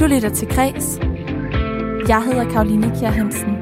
Du lytter til Kres. Jeg hedder Caroline Kjær Hansen.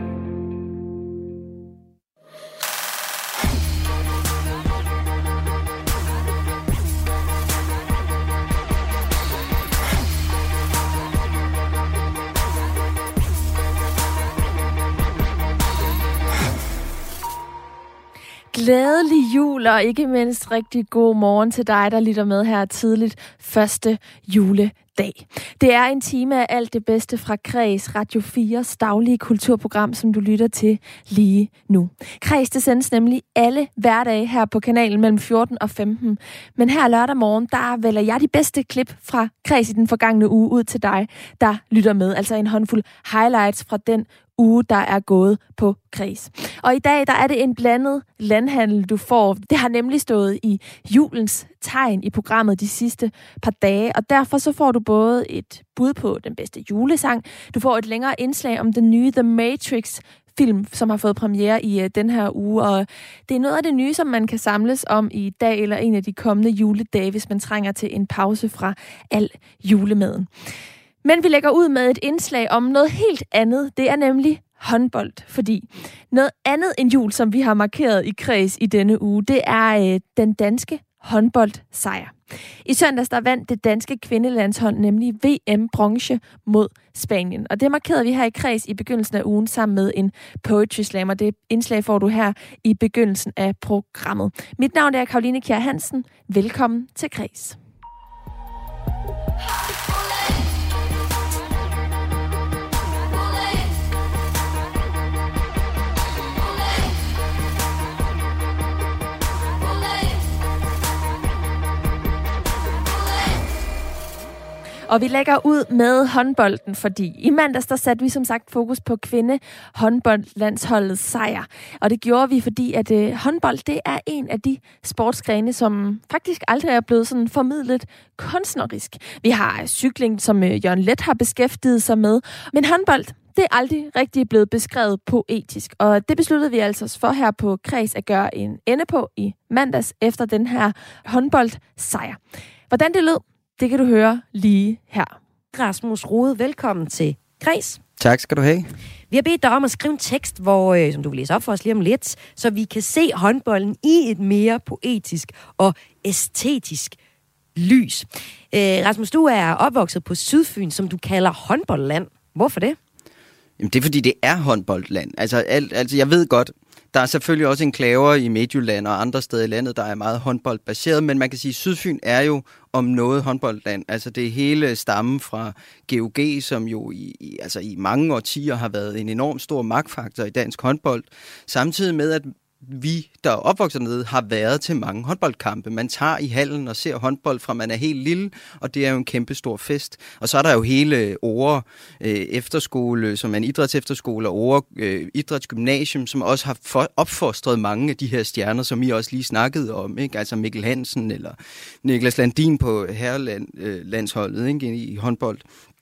Glædelig jul, og ikke mindst rigtig god morgen til dig, der lytter med her tidligt 1. juledag. Det er en time af alt det bedste fra Kres, Radio 4's daglige kulturprogram, som du lytter til lige nu. Kres, det sendes nemlig alle hverdage her på kanalen mellem 14 og 15. Men her lørdag morgen, der vælger jeg de bedste klip fra Kres i den forgangne uge ud til dig, der lytter med. Altså en håndfuld highlights fra den uge, der er gået på Kres. Og i dag, der er det en blandet landhandel, du får. Det har nemlig stået i julens tegn i programmet de sidste par dage, og derfor så får du både et bud på den bedste julesang, du får et længere indslag om den nye The Matrix film, som har fået premiere i den her uge, og det er noget af det nye, som man kan samles om i dag eller en af de kommende juledage, hvis man trænger til en pause fra al julemaden. Men vi lægger ud med et indslag om noget helt andet. Det er nemlig håndbold, fordi noget andet end jul, som vi har markeret i Kres i denne uge, det er den danske håndboldsejr. I søndags der vandt det danske kvindelandshold nemlig VM-bronze mod Spanien. Og det markerede vi her i Kres i begyndelsen af ugen sammen med en poetry slam, og det indslag får du her i begyndelsen af programmet. Mit navn er Caroline Kjær Hansen. Velkommen til Kres. Og vi lægger ud med håndbolden, fordi i mandags der satte vi som sagt fokus på kvindehåndboldlandsholdets sejr. Og det gjorde vi, fordi at håndbold det er en af de sportsgrene, som faktisk aldrig er blevet sådan formidlet kunstnerisk. Vi har cykling, som Jørgen Leth har beskæftiget sig med, men håndbold det er aldrig rigtig blevet beskrevet poetisk. Og det besluttede vi altså for her på Kres at gøre en ende på i mandags efter den her håndboldsejr. Hvordan det lød, det kan du høre lige her. Rasmus Rode, velkommen til Kres. Tak skal du have. Vi har bedt dig om at skrive en tekst, hvor, som du vil læse op for os lige om lidt, så vi kan se håndbolden i et mere poetisk og æstetisk lys. Rasmus, du er opvokset på Sydfyn, som du kalder håndboldland. Hvorfor det? Jamen, det er fordi, det er håndboldland. Altså, jeg ved godt, der er selvfølgelig også enklaver i Midtjylland og andre steder i landet, der er meget håndboldbaseret, men man kan sige, at Sydfyn er jo om noget håndboldland. Altså det hele stammen fra GOG, som jo i mange årtier har været en enorm stor magtfaktor i dansk håndbold, samtidig med, at vi, der er opvokset nede, har været til mange håndboldkampe. Man tager i hallen og ser håndbold fra man er helt lille, og det er jo en kæmpe stor fest. Og så er der jo hele Åre efterskole, som er en idrætsefterskole, og Åre idrætsgymnasium, som også har opfostret mange af de her stjerner, som I også lige snakkede om, ikke? Altså Mikkel Hansen eller Niklas Landin på herrelandsholdet, ikke? I håndbold.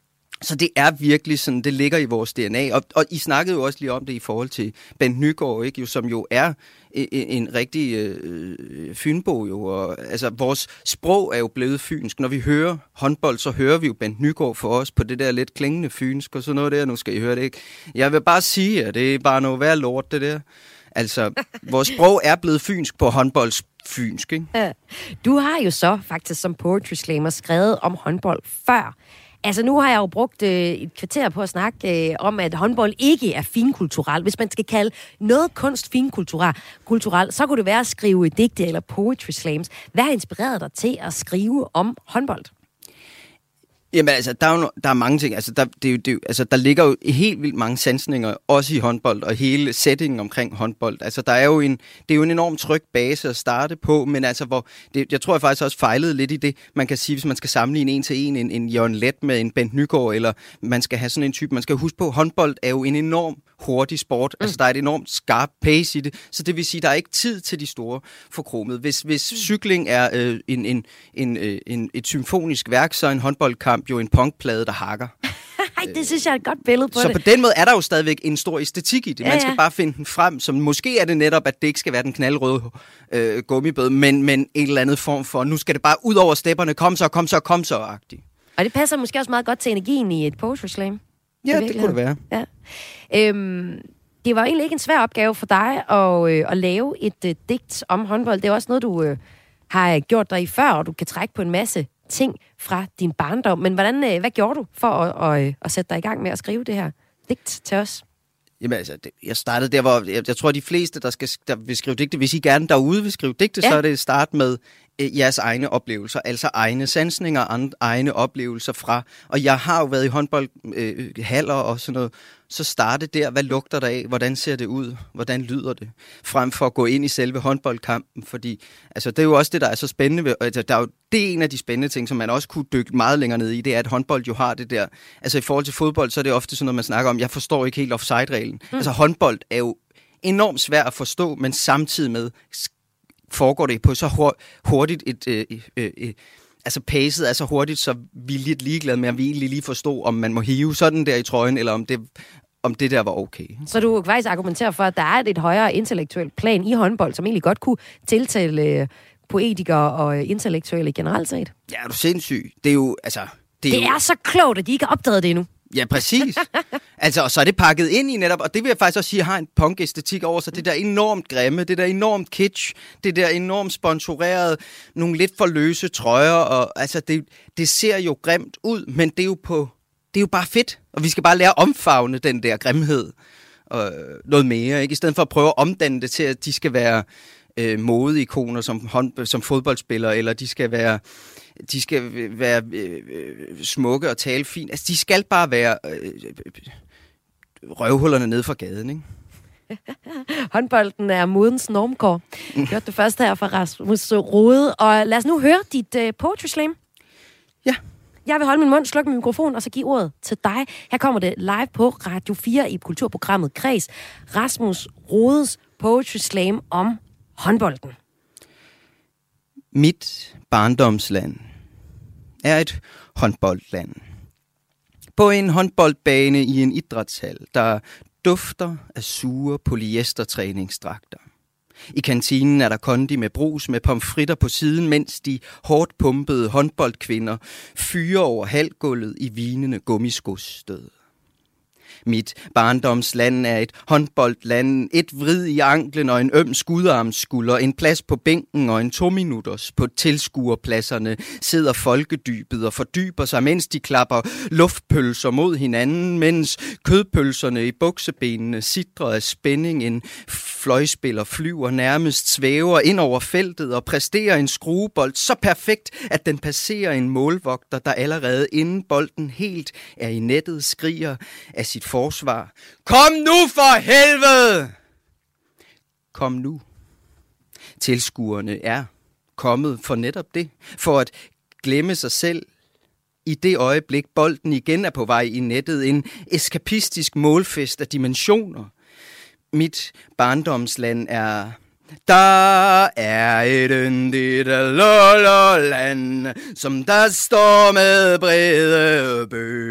Så det er virkelig sådan, det ligger i vores DNA, og I snakkede jo også lige om det i forhold til Bent Nygaard, ikke? Jo, som jo er en rigtig fynbo jo, og altså vores sprog er jo blevet fynsk. Når vi hører håndbold, så hører vi jo Bent Nygaard for os på det der lidt klingende fynsk, og så noget der, nu skal I høre det, ikke? Jeg vil bare sige, at det er bare noget værd lort, det der. Altså, vores sprog er blevet fynsk på håndboldsfynsk, ikke? Du har jo så faktisk som poetry slammer skrevet om håndbold før. Altså nu har jeg jo brugt et kvarter på at snakke om, at håndbold ikke er finkulturel. Hvis man skal kalde noget kunst finkulturel, så kunne det være at skrive digte eller poetry slams. Hvad har inspireret dig til at skrive om håndbold? Jamen altså, der er mange ting. Altså, der ligger jo helt vildt mange sansninger, også i håndbold, og hele settingen omkring håndbold. Altså, det er jo en enorm tryg base at starte på, men altså, jeg tror jeg faktisk også fejlede lidt i det, man kan sige, hvis man skal sammenligne en til en Jørgen Leth med en Bent Nygaard, eller man skal have sådan en type, man skal huske på, håndbold er jo en enorm hurtig sport. Altså, der er et enormt skarpt pace i det, så det vil sige, der er ikke tid til de store forkromede. Hvis cykling er et symfonisk værk, så er en håndboldkamp jo en punkplade, der hakker. Ej, det synes jeg er et godt billede på så det. Så på den måde er der jo stadigvæk en stor æstetik i det. Man skal bare finde den frem, som måske er det netop, at det ikke skal være den knaldrøde gummibøde, men en eller anden form for, nu skal det bare ud over stepperne, kom så-agtigt. Og det passer måske også meget godt til energien i et poetry slam. Ja, det kunne det være. Ja. Det var egentlig ikke en svær opgave for dig at lave et digt om håndbold. Det er også noget, du har gjort dig i før, og du kan trække på en masse ting fra din barndom. Men hvad gjorde du for at sætte dig i gang med at skrive det her digt til os? Jamen altså, jeg startede der, hvor jeg tror, de fleste, der vil skrive digte, hvis I gerne derude vil skrive digte, så er det start med jeres egne oplevelser, altså egne sansninger, egne oplevelser fra. Og jeg har jo været i håndboldhaller og sådan noget. Så starte der, hvad lugter der af, hvordan ser det ud, hvordan lyder det, frem for at gå ind i selve håndboldkampen, fordi altså, det er jo også det, der er så spændende ved, altså, det er en af de spændende ting, som man også kunne dykke meget længere ned i, det er, at håndbold jo har det der, altså i forhold til fodbold, så er det ofte sådan noget, man snakker om, jeg forstår ikke helt offside-reglen. Altså håndbold er jo enormt svært at forstå, men samtidig med foregår det på så hurtigt altså pacet er så hurtigt, så vi er lidt ligeglade med, at vi egentlig lige forstå, om man må hive sådan der i trøjen, eller om det der var okay. Så du kan faktisk argumentere for, at der er et højere intellektuelt plan i håndbold, som egentlig godt kunne tiltale poetikere og intellektuelle generelt set? Ja, er du sindssyg? Det er jo, altså... Det er så klogt, at de ikke har opdaget det endnu. Ja, præcis. Altså, og så er det pakket ind i netop, og det vil jeg faktisk også sige, har en punk-æstetik over sig. Det der enormt grimme, det der enormt kitsch, det der enormt sponsoreret, nogle lidt for løse trøjer, og altså, det ser jo grimt ud, men det er jo bare fedt, og vi skal bare lære at omfavne den der grimhed og noget mere, ikke? I stedet for at prøve at omdanne det til, at de skal være modeikoner som fodboldspillere, eller de skal være smukke og tale fint. Altså, de skal bare være røvhullerne nede fra gaden, ikke? Håndbolden er modens normkår. Hørte det først her fra Rasmus Rode. Og lad os nu høre dit poetry slam. Ja. Jeg vil holde min mund, slukke min mikrofon, og så give ordet til dig. Her kommer det live på Radio 4 i kulturprogrammet Kreds. Rasmus Rodes poetry slam om håndbolden. Mit barndomsland er et håndboldland. På en håndboldbane i en idrætshal, der dufter af sure polyestertræningsdragter. I kantinen er der kondi med brus med pomfritter på siden, mens de hårdt pumpede håndboldkvinder fyrer over halvgulvet i vinende gummiskosstød. Mit barndomsland er et håndboldland, et vrid i anklen og en øm skudarmskulder, en plads på bænken og en 2 minutters. På tilskuerpladserne sidder folkedybet og fordyber sig, mens de klapper luftpølser mod hinanden, mens kødpølserne i buksebenene sidrer af spænding. En fløjspiller flyver nærmest svæver ind over feltet og præsterer en skruebold så perfekt, at den passerer en målvogter, der allerede inden bolden helt er i nettet skriger af sit forsvar. Kom nu for helvede! Kom nu. Tilskuerne er kommet for netop det, for at glemme sig selv i det øjeblik bolden igen er på vej i nettet. En eskapistisk målfest af dimensioner. Mit barndomsland er... Der er et yndigt lolland, som der står med brede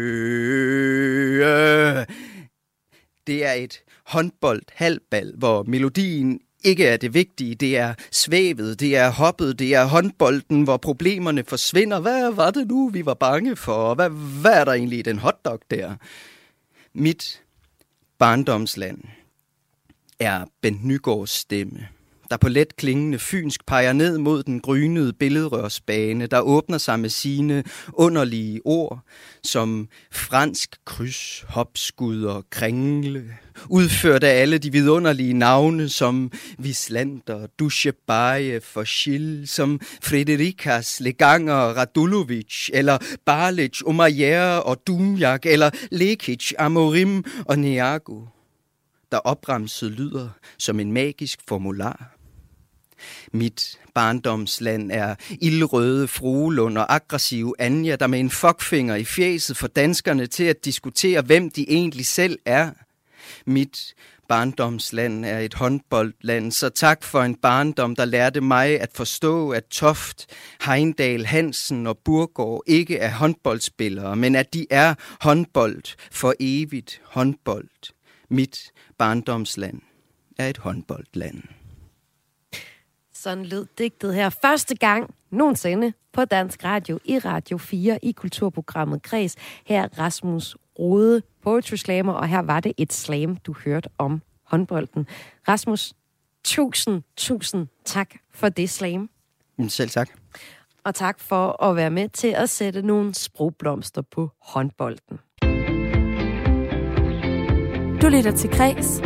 bøge. Det er et håndbold-halvbal, hvor melodien ikke er det vigtige. Det er svævet, det er hoppet, det er håndbolden, hvor problemerne forsvinder. Hvad var det nu, vi var bange for? Hvad er der egentlig i den hotdog der? Mit barndomsland er Bent Nygårds stemme, der på let klingende fynsk peger ned mod den grynede billedrørsbane, der åbner sig med sine underlige ord, som fransk kryds, hopskud og kringle, udført af alle de vidunderlige navne, som Wislander, Dusjebajev og Schill, som Frederikas, Leganger, Radulovic, eller Barlic, Omayer og Dumjak, eller Lekic, Amorim og Niago, der opremset lyder som en magisk formular. Mit barndomsland er ildrøde Fruelund og aggressiv Anja, der med en fuckfinger i fjæset får danskerne til at diskutere, hvem de egentlig selv er. Mit barndomsland er et håndboldland, så tak for en barndom, der lærte mig at forstå, at Toft, Heindal, Hansen og Burgård ikke er håndboldspillere, men at de er håndbold for evigt håndbold. Mit barndomsland er et håndboldland. Sådan lød digtet her første gang nogensinde på Dansk Radio i Radio 4 i kulturprogrammet Kreds. Her Rasmus Rode, Poetry Slammer, og her var det et slam, du hørte om håndbolden. Rasmus, tusind tak for det slam. Selv tak. Og tak for at være med til at sætte nogle sprogblomster på håndbolden. Du lytter til Kreds.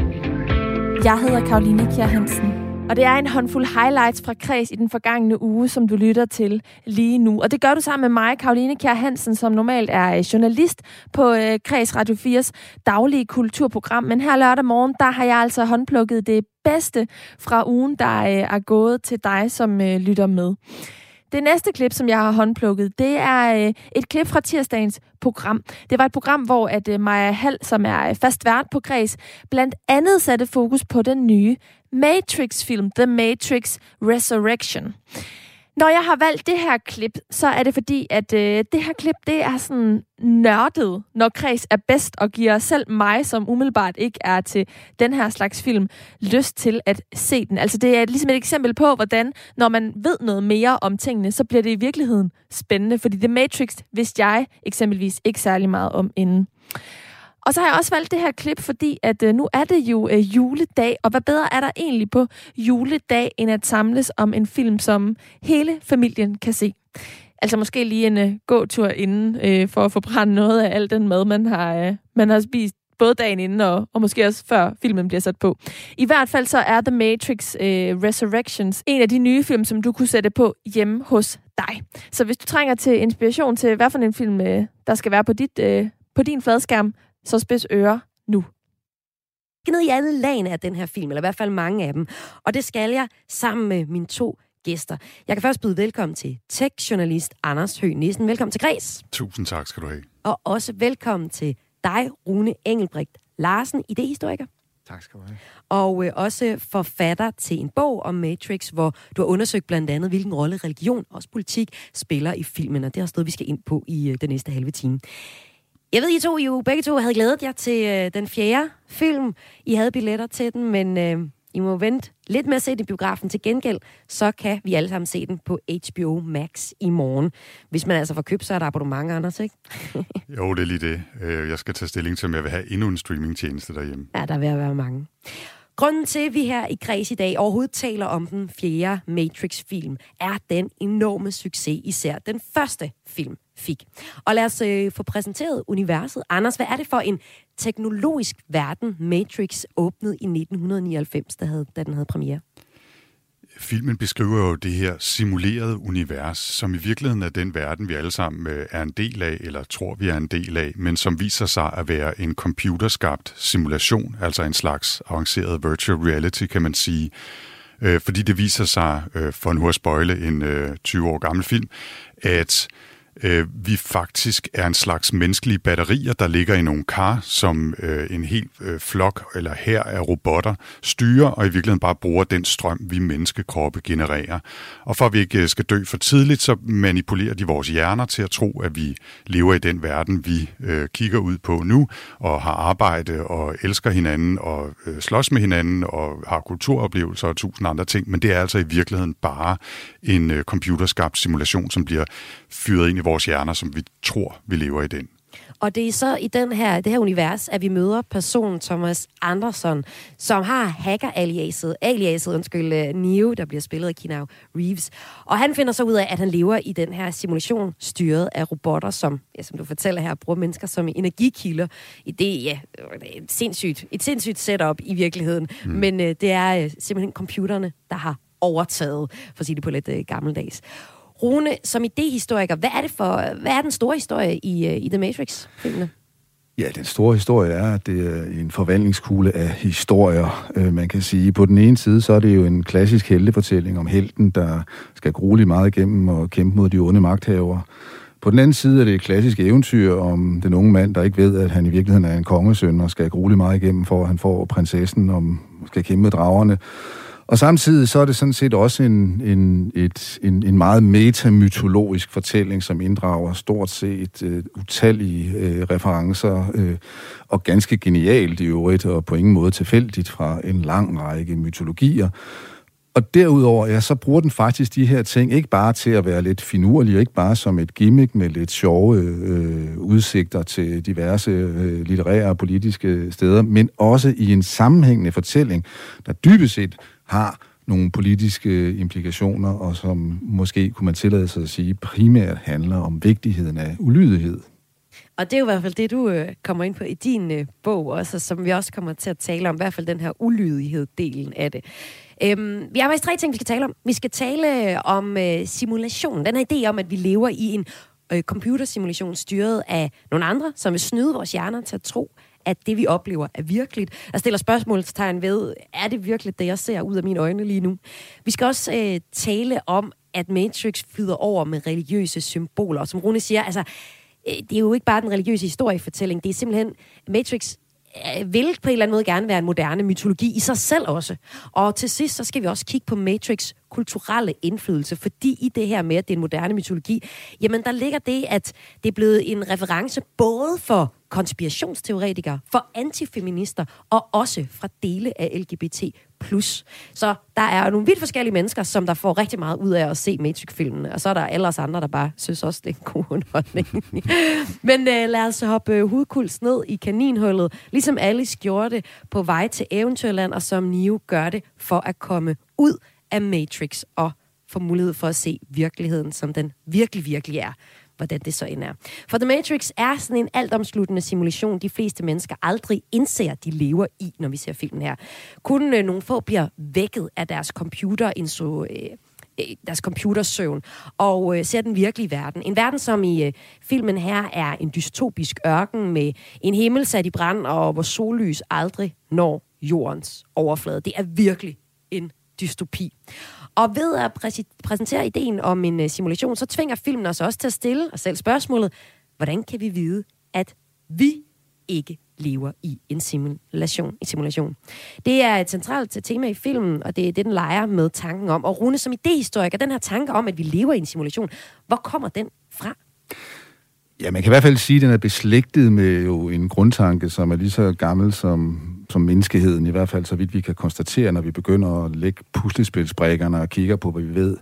Jeg hedder Caroline Kjær Hansen. Og det er en håndfuld highlights fra Kreds i den forgangne uge, som du lytter til lige nu. Og det gør du sammen med mig, Caroline Kjær Hansen, som normalt er journalist på Kreds Radio 4's daglige kulturprogram. Men her lørdag morgen, der har jeg altså håndplukket det bedste fra ugen, der er gået til dig, som lytter med. Det næste klip, som jeg har håndplukket, det er et klip fra tirsdagens program. Det var et program, hvor at Maja Hall, som er fast vært på Kreds, blandt andet satte fokus på den nye Matrix-film, The Matrix Resurrection. Når jeg har valgt det her klip, så er det fordi, at det her klip, det er sådan nørdet, når Kreds er bedst og giver selv mig, som umiddelbart ikke er til den her slags film, lyst til at se den. Altså det er ligesom et eksempel på, hvordan når man ved noget mere om tingene, så bliver det i virkeligheden spændende. Fordi The Matrix vidste jeg eksempelvis ikke særlig meget om inden. Og så har jeg også valgt det her klip, fordi at nu er det jo juledag, og hvad bedre er der egentlig på juledag, end at samles om en film, som hele familien kan se. Altså måske lige en gåtur inden, for at få brændt noget af al den mad, man har spist, både dagen inden og måske også før filmen bliver sat på. I hvert fald så er The Matrix Resurrections en af de nye film, som du kunne sætte på hjemme hos dig. Så hvis du trænger til inspiration til, hvad for en film, der skal være på din fladskærm, så spids ører nu. Jeg ned i alle lagene af den her film, eller i hvert fald mange af dem. Og det skal jeg sammen med mine 2 gæster. Jeg kan først byde velkommen til tech-journalist Anders Høgh Nissen. Velkommen til Kreds. Tusind tak skal du have. Og også velkommen til dig, Rune Engelbrecht Larsen, idehistoriker. Tak skal du have. Og også forfatter til en bog om Matrix, hvor du har undersøgt blandt andet, hvilken rolle religion og politik spiller i filmen. Og det er også noget, vi skal ind på i den næste halve time. Jeg ved, I begge to havde glædet jer til den 4. film. I havde billetter til den, men I må vente lidt med at se den i biografen. Til gengæld, så kan vi alle sammen se den på HBO Max i morgen. Hvis man altså får købt, så er der abonnement, Anders, ikke? Jo, det er lige det. Jeg skal tage stilling til, om jeg vil have endnu en streamingtjeneste derhjemme. Ja, der vil være mange. Grunden til, at vi her i Kreds i dag overhovedet taler om den 4. Matrix-film, er den enorme succes, især den første film fik. Og lad os få præsenteret universet. Anders, hvad er det for en teknologisk verden, Matrix åbnede i 1999, da den havde premiere? Filmen beskriver jo det her simulerede univers, som i virkeligheden er den verden, vi alle sammen er en del af, eller tror, vi er en del af, men som viser sig at være en computerskabt simulation, altså en slags avanceret virtual reality, kan man sige. Fordi det viser sig, for nu at spoile en 20 år gammel film, at vi faktisk er en slags menneskelige batterier, der ligger i nogle kar, som en hel flok eller hær af robotter styrer, og i virkeligheden bare bruger den strøm, vi menneskekroppe genererer. Og for at vi ikke skal dø for tidligt, så manipulerer de vores hjerner til at tro, at vi lever i den verden, vi kigger ud på nu, og har arbejde og elsker hinanden og slås med hinanden og har kulturoplevelser og 1000 andre ting. Men det er altså i virkeligheden bare en computerskabt simulation, som bliver fyret ind i vores hjerner, som vi tror, vi lever i den. Og det er så i det her univers, at vi møder personen Thomas Anderson, som har hacker-aliaset Neo, der bliver spillet af Keanu Reeves. Og han finder så ud af, at han lever i den her simulation, styret af robotter, som du fortæller her, bruger mennesker som energikilder. Det er et sindssygt setup i virkeligheden. Men det er simpelthen computerne, der har overtaget, for at sige det på lidt gammeldags. Rune, som idehistoriker, hvad er den store historie i The Matrix-filmene? Ja, den store historie er, at det er en forvandlingskugle af historier, man kan sige. På den ene side, så er det jo en klassisk heltefortælling om helten, der skal grueligt meget igennem og kæmpe mod de onde magthavere. På den anden side er det et klassisk eventyr om den unge mand, der ikke ved, at han i virkeligheden er en kongesøn og skal grueligt meget igennem, for at han får prinsessen og skal kæmpe med dragerne. Og samtidig så er det sådan set også en meget metamytologisk fortælling, som inddrager stort set utallige referencer, og ganske genialt i øvrigt, og på ingen måde tilfældigt fra en lang række mytologier. Og derudover, ja, så bruger den faktisk de her ting ikke bare til at være lidt finurlige, ikke bare som et gimmick med lidt sjove udsigter til diverse litterære og politiske steder, men også i en sammenhængende fortælling, der dybest set har nogle politiske implikationer, og som måske, kunne man tillade sig at sige, primært handler om vigtigheden af ulydighed. Og det er jo i hvert fald det, du kommer ind på i din bog også, som vi også kommer til at tale om, i hvert fald den her ulydighed-delen af det. Vi har faktisk 3 ting, vi skal tale om. Vi skal tale om simulation. Den her idé om, at vi lever i en computersimulation styret af nogle andre, som vil snyde vores hjerner til at tro, at det, vi oplever, er virkeligt. Jeg stiller spørgsmålstegn ved, er det virkelig det, jeg ser ud af mine øjne lige nu? Vi skal også tale om, at Matrix flyder over med religiøse symboler. Som Rune siger, altså, det er jo ikke bare den religiøse historiefortælling, det er simpelthen, Matrix vil på en eller anden måde gerne være en moderne mytologi i sig selv også. Og til sidst, så skal vi også kigge på Matrix' kulturelle indflydelse, fordi i det her med, at det er en moderne mytologi, jamen der ligger det, at det er blevet en reference både for konspirationsteoretikere, for antifeminister og også fra dele af LGBT+. Så der er nogle vidt forskellige mennesker, som der får rigtig meget ud af at se Matrix-filmene, og så er der alle os andre, der bare synes også, det er en god underholdning. Men lad os hoppe hovedkuls ned i kaninhullet, ligesom Alice gjorde det på vej til Eventyrland, og som Neo gør det for at komme ud af Matrix og få mulighed for at se virkeligheden, som den virkelig er. Hvordan det så end er. For The Matrix er sådan en altomsluttende simulation, de fleste mennesker aldrig indser, de lever i, når vi ser filmen her. Kun nogle få bliver vækket af deres computersøvn og ser den virkelige verden. En verden, som i filmen her er en dystopisk ørken med en himmel sat i brand, og hvor sollys aldrig når jordens overflade. Det er virkelig en dystopi. Og ved at præsentere ideen om en simulation, så tvinger filmen os også til at stille os selv spørgsmålet, hvordan kan vi vide, at vi ikke lever i en simulation? Det er et centralt tema i filmen, og det er det, den leger med tanken om. Og Rune, som idehistoriker, den her tanke om, at vi lever i en simulation, hvor kommer den fra? Ja, man kan i hvert fald sige, at den er beslægtet med jo en grundtanke, som er lige så gammel som menneskeheden, i hvert fald så vidt vi kan konstatere, når vi begynder at lægge puslespilsbrikkerne og kigger på, hvad vi ved,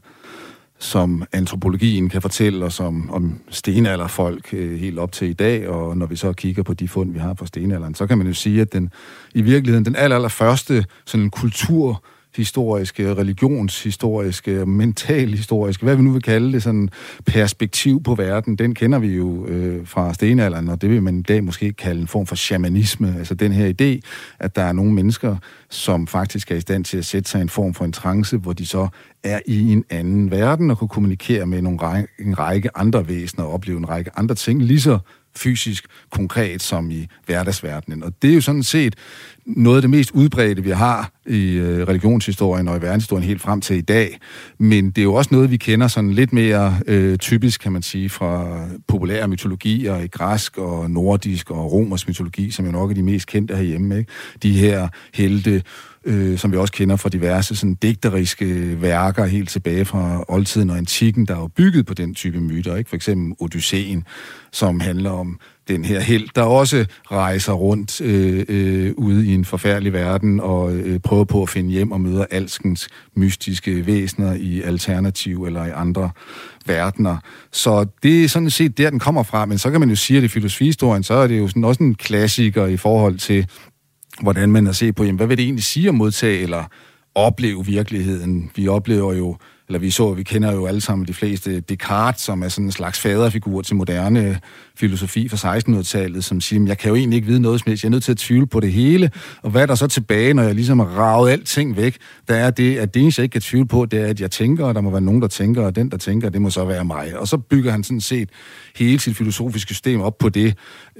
som antropologien kan fortælle os om stenalderfolk helt op til i dag, og når vi så kigger på de fund, vi har fra stenalderen, så kan man jo sige, at den i virkeligheden, den allerførste sådan kulturhistoriske, religionshistoriske, mentalhistoriske, hvad vi nu vil kalde det, sådan perspektiv på verden, den kender vi jo fra stenalderen, og det vil man i dag måske kalde en form for shamanisme, altså den her idé, at der er nogle mennesker, som faktisk er i stand til at sætte sig i en form for en trance, hvor de så er i en anden verden og kan kommunikere med en række andre væsener og opleve en række andre ting, lige så fysisk konkret som i hverdagsverdenen. Og det er jo sådan set noget af det mest udbredte, vi har i religionshistorien og i verdenshistorien helt frem til i dag. Men det er jo også noget, vi kender sådan lidt mere typisk, kan man sige, fra populære mytologier i græsk og nordisk og romersk mytologi, som jo nok er de mest kendte herhjemme, ikke? De her helte, som vi også kender fra diverse sådan digteriske værker helt tilbage fra oldtiden og antikken, der er jo bygget på den type myter, ikke? For eksempel Odysseen, som handler om den her helt, der også rejser rundt ude i en forfærdelig verden og prøver på at finde hjem og møder alskens mystiske væsener i alternativ eller i andre verdener. Så det er sådan set der, den kommer fra, men så kan man jo sige, at i filosofihistorien, så er det jo sådan også en klassiker i forhold til hvordan man har set på, jamen, hvad vil det egentlig sige at modtage eller opleve virkeligheden? Vi oplever jo, eller vi kender jo alle sammen de fleste Descartes, som er sådan en slags faderfigur til moderne filosofi fra 1600-tallet, som siger, jeg kan jo egentlig ikke vide noget som helst, jeg er nødt til at tvivle på det hele, og hvad er der så tilbage, når jeg ligesom har raget alting væk? Der er det, at det eneste, jeg ikke kan tvivle på, det er, at jeg tænker, og der må være nogen, der tænker, og den, der tænker, det må så være mig. Og så bygger han sådan set hele sit filosofiske system op på det,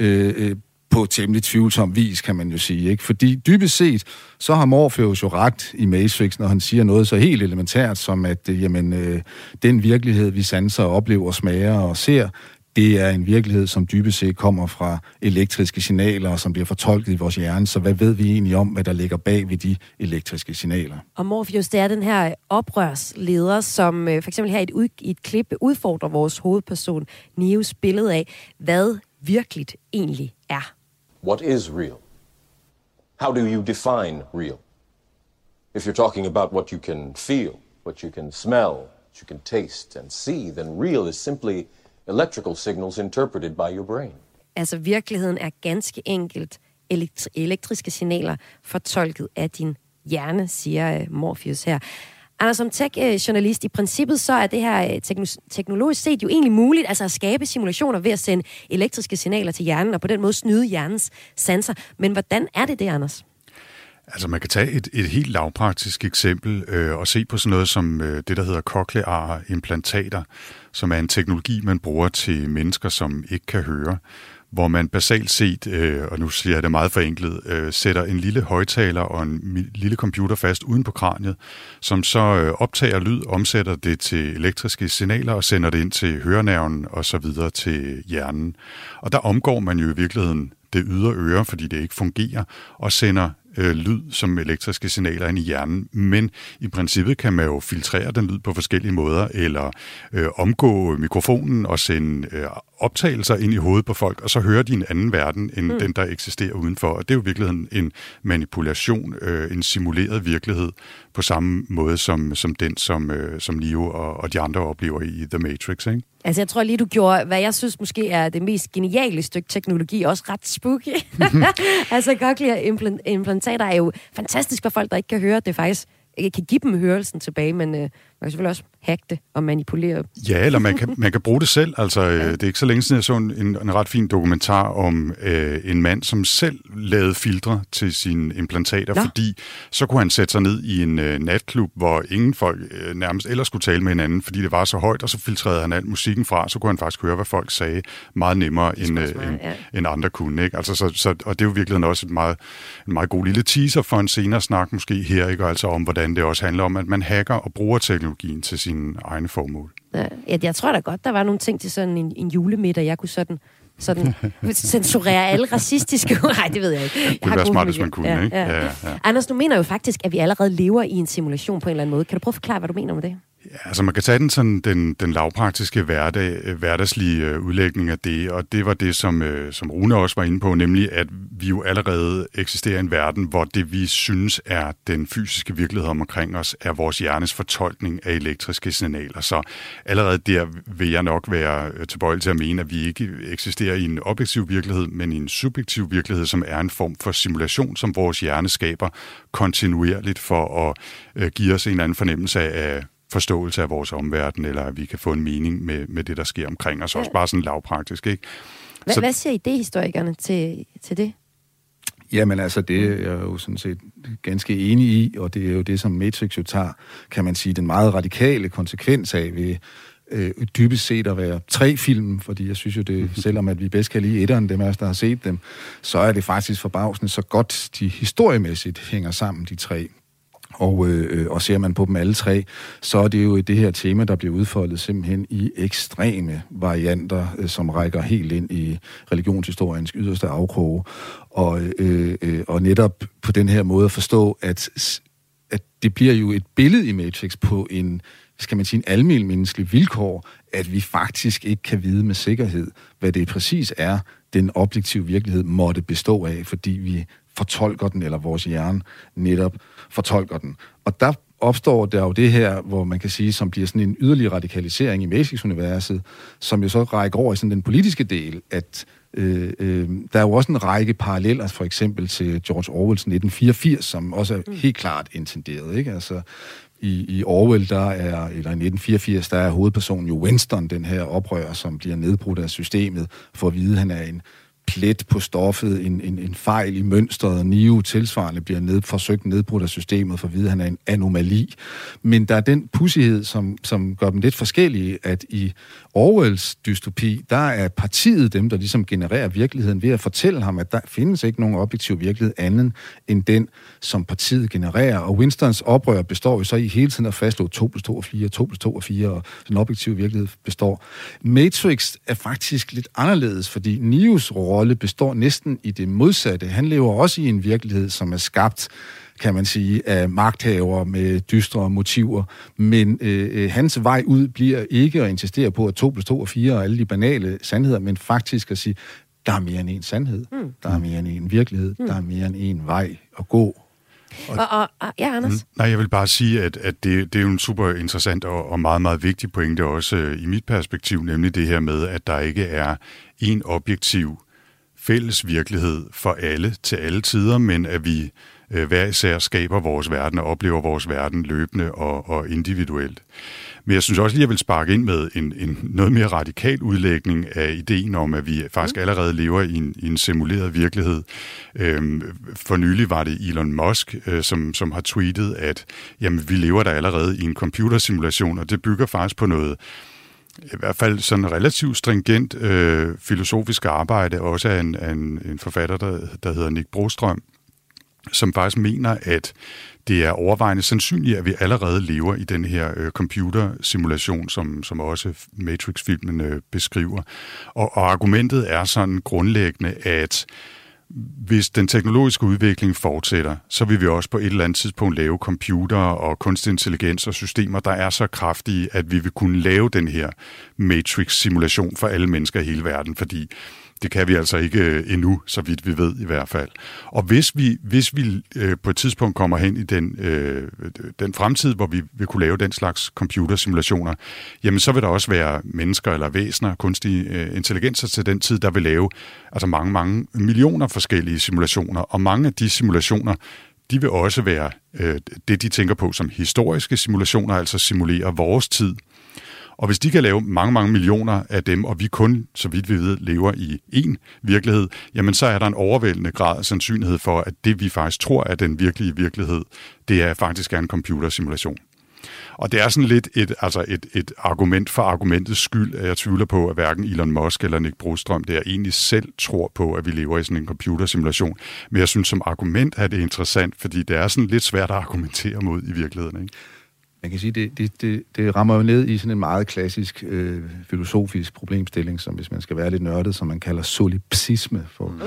på temmelig tvivlsom vis, kan man jo sige, ikke? Fordi dybest set, så har Morpheus jo ret i Matrix, når han siger noget så helt elementært, som at den virkelighed, vi sanser, oplever, smager og ser, det er en virkelighed, som dybest set kommer fra elektriske signaler, som bliver fortolket i vores hjerne. Så hvad ved vi egentlig om, hvad der ligger bag ved de elektriske signaler? Og Morpheus, det er den her oprørsleder, som for eksempel her i et klip udfordrer vores hovedperson Neos billede af, hvad virkeligt egentlig er. What is real? How do you define real? If you're talking about what you can feel, what you can smell, what you can taste and see, then real is simply electrical signals interpreted by your brain. Altså virkeligheden er ganske enkelt elektriske signaler fortolket af din hjerne, siger Morpheus her. Anders, som tech-journalist, i princippet så er det her teknologisk set jo egentlig muligt, altså at skabe simulationer ved at sende elektriske signaler til hjernen, og på den måde snyde hjernens sanser. Men hvordan er det, Anders? Altså man kan tage et helt lavpraktisk eksempel og se på sådan noget som det, der hedder cochleare implantater, som er en teknologi, man bruger til mennesker, som ikke kan høre, hvor man basalt set, og nu siger jeg det meget forenklet, sætter en lille højtaler og en lille computer fast uden på kraniet, som så optager lyd, omsætter det til elektriske signaler og sender det ind til hørenerven og så videre til hjernen. Og der omgår man jo i virkeligheden det ydre øre, fordi det ikke fungerer, og sender lyd som elektriske signaler ind i hjernen, men i princippet kan man jo filtrere den lyd på forskellige måder, eller omgå mikrofonen og sende optagelser ind i hovedet på folk, og så hører de en anden verden, end den, der eksisterer udenfor. Og det er jo i virkeligheden en manipulation, en simuleret virkelighed, på samme måde som den, som Neo og de andre oplever i The Matrix, ikke? Altså, jeg tror lige, du gjorde, hvad jeg synes måske er det mest geniale stykke teknologi, også ret spooky. Altså, cochlear implantater er jo fantastisk for folk, der ikke kan høre. Det faktisk kan give dem hørelsen tilbage, men man kan selvfølgelig også hacke det og manipulere. Ja, eller man kan bruge det selv. Altså, det er ikke så længe siden, jeg så en ret fin dokumentar om en mand, som selv lavede filtre til sine implantater, fordi så kunne han sætte sig ned i en natklub, hvor ingen folk nærmest ellers skulle tale med hinanden, fordi det var så højt, og så filtrerede han al musikken fra, så kunne han faktisk høre, hvad folk sagde meget nemmere, end andre kunne. Ikke? Altså, og det er jo virkelig også en meget god lille teaser for en senere snak, måske her, ikke? Og altså om, hvordan det også handler om, at man hacker og bruger teknologien til sine egne formål. Ja, jeg tror da godt, der var nogle ting til sådan en julemiddag, jeg kunne sådan censurere alle racistiske... Nej, det ved jeg ikke. Det ville være smart, hvis man kunne, ikke? Ja. Anders, du mener jo faktisk, at vi allerede lever i en simulation på en eller anden måde. Kan du prøve at forklare, hvad du mener med det? Ja, altså man kan tage den lavpraktiske hverdagslige udlægning af det, og det var det, som Rune også var inde på, nemlig at vi jo allerede eksisterer i en verden, hvor det vi synes er den fysiske virkelighed omkring os, er vores hjernes fortolkning af elektriske signaler. Så allerede der vil jeg nok være tilbøjelig til at mene, at vi ikke eksisterer i en objektiv virkelighed, men i en subjektiv virkelighed, som er en form for simulation, som vores hjerne skaber kontinuerligt for at give os en eller anden fornemmelse af forståelse af vores omverden, eller at vi kan få en mening med det, der sker omkring os. Også bare sådan lavpraktisk, ikke? Hvad siger idehistorikerne til det? Jamen altså, det er jeg jo sådan set ganske enig i, og det er jo det, som Matrix jo tager, kan man sige, den meget radikale konsekvens af ved dybest set at være 3 film, fordi jeg synes jo det, selvom at vi bedst kan lide etteren, dem af os, der har set dem, så er det faktisk forbavsende så godt, de historiemæssigt hænger sammen, de 3. Og ser man på dem alle 3, så er det jo det her tema, der bliver udfoldet simpelthen i ekstreme varianter, som rækker helt ind i religionshistoriens yderste afkroge. Og netop på den her måde at forstå, at det bliver jo et billede i Matrix på en, skal man sige, en almen menneskelig vilkår, at vi faktisk ikke kan vide med sikkerhed, hvad det præcis er, den objektive virkelighed måtte bestå af, fordi vi fortolker den, eller vores hjerne netop fortolker den. Og der opstår der jo det her, hvor man kan sige, som bliver sådan en yderligere radikalisering i Matrix-universet, som jo så rækker over i sådan den politiske del, at der er jo også en række paralleller, for eksempel til George Orwells 1984, som også er helt klart intenderet, ikke? Altså, i Orwell, eller i 1984, der er hovedpersonen jo Winston, den her oprører, som bliver nedbrudt af systemet, for at vide, at han er en plet på stoffet, en fejl i mønstret, og Neo tilsvarende bliver forsøgt nedbrudt af systemet, for at vide, at han er en anomali. Men der er den pudsighed, som gør dem lidt forskellige, at i Orwells dystopi, der er partiet dem, der ligesom genererer virkeligheden ved at fortælle ham, at der findes ikke nogen objektiv virkelighed anden end den, som partiet genererer. Og Winstons oprør består jo så i hele tiden at fastslå 2 + 2 = 4, 2 + 2 = 4, og den objektive virkelighed består. Matrix er faktisk lidt anderledes, fordi Neos rolle består næsten i det modsatte. Han lever også i en virkelighed, som er skabt, kan man sige, af magthavere med dystre motiver, men hans vej ud bliver ikke at insistere på, at 2 + 2 = 4 og alle de banale sandheder, men faktisk at sige, der er mere end en sandhed, der er mere end en virkelighed, der er mere end en vej at gå. Ja, Anders? Nej, jeg vil bare sige, at det er jo en super interessant og meget, meget vigtig pointe også i mit perspektiv, nemlig det her med, at der ikke er en objektiv fælles virkelighed for alle til alle tider, men at vi hver især skaber vores verden og oplever vores verden løbende og individuelt. Men jeg synes også lige, at jeg vil sparke ind med en noget mere radikal udlægning af ideen om, at vi faktisk allerede lever i en simuleret virkelighed. For nylig var det Elon Musk, som har tweetet, at jamen, vi lever der allerede i en computersimulation, og det bygger faktisk på noget, i hvert fald sådan relativt stringent filosofisk arbejde, også af en forfatter, der hedder Nick Brostrøm, som faktisk mener, at det er overvejende sandsynligt, at vi allerede lever i den her computersimulation, som også Matrix-filmen beskriver. Og argumentet er sådan grundlæggende, at hvis den teknologiske udvikling fortsætter, så vil vi også på et eller andet tidspunkt lave computere og kunstig intelligens og systemer, der er så kraftige, at vi vil kunne lave den her Matrix-simulation for alle mennesker i hele verden, fordi det kan vi altså ikke endnu, så vidt vi ved i hvert fald. Og hvis vi på et tidspunkt kommer hen i den fremtid, hvor vi vil kunne lave den slags computersimulationer, jamen så vil der også være mennesker eller væsener, kunstige intelligenser til den tid, der vil lave altså mange, mange millioner forskellige simulationer. Og mange af de simulationer, de vil også være det, de tænker på som historiske simulationer, altså simulere vores tid. Og hvis de kan lave mange, mange millioner af dem, og vi kun, så vidt vi ved, lever i én virkelighed, jamen så er der en overvældende grad af sandsynlighed for, at det vi faktisk tror er den virkelige virkelighed, det er faktisk en computersimulation. Og det er sådan lidt et argument for argumentets skyld, at jeg tvivler på, at hverken Elon Musk eller Nick Brostrøm der egentlig selv tror på, at vi lever i sådan en computersimulation. Men jeg synes som argument er det interessant, fordi det er sådan lidt svært at argumentere mod i virkeligheden, ikke? Man kan sige, det rammer jo ned i sådan en meget klassisk filosofisk problemstilling, som hvis man skal være lidt nørdet, som man kalder solipsisme.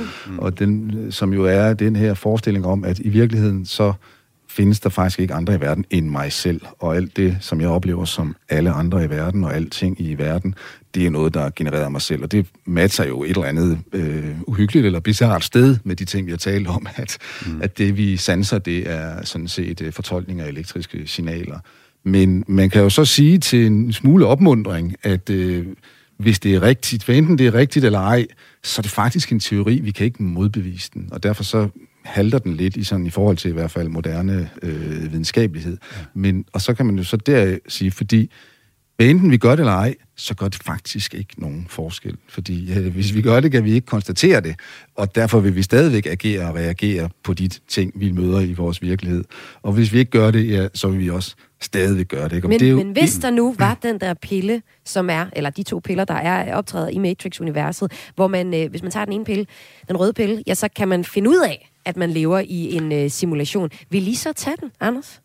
Og den, som jo er den her forestilling om, at i virkeligheden så findes der faktisk ikke andre i verden end mig selv. Og alt det, som jeg oplever som alle andre i verden, og alting i verden, det er noget, der er genereret af mig selv. Og det matcher jo et eller andet uhyggeligt eller bizarrt sted med de ting, vi har talt om, at det, vi sanser, det er sådan set fortolkning af elektriske signaler. Men man kan jo så sige til en smule opmuntring, at hvis det er rigtigt, hvad enten det er rigtigt eller ej, så er det faktisk en teori, vi kan ikke modbevise den. Og derfor så halter den lidt i forhold til i hvert fald moderne videnskabelighed. Og så kan man jo så der sige, fordi hvad enten vi gør det eller ej, så gør det faktisk ikke nogen forskel. Fordi hvis vi gør det, kan vi ikke konstatere det, og derfor vil vi stadigvæk agere og reagere på de ting, vi møder i vores virkelighed. Og hvis vi ikke gør det, ja, så vil vi også stadigvæk gøre det. Ikke? Men hvis der nu var den der pille, som er, eller de to piller, der er optrædet i Matrix-universet, hvor man, hvis man tager den ene pille, den røde pille, ja, så kan man finde ud af, at man lever i en simulation. Vil I så tage den, Anders?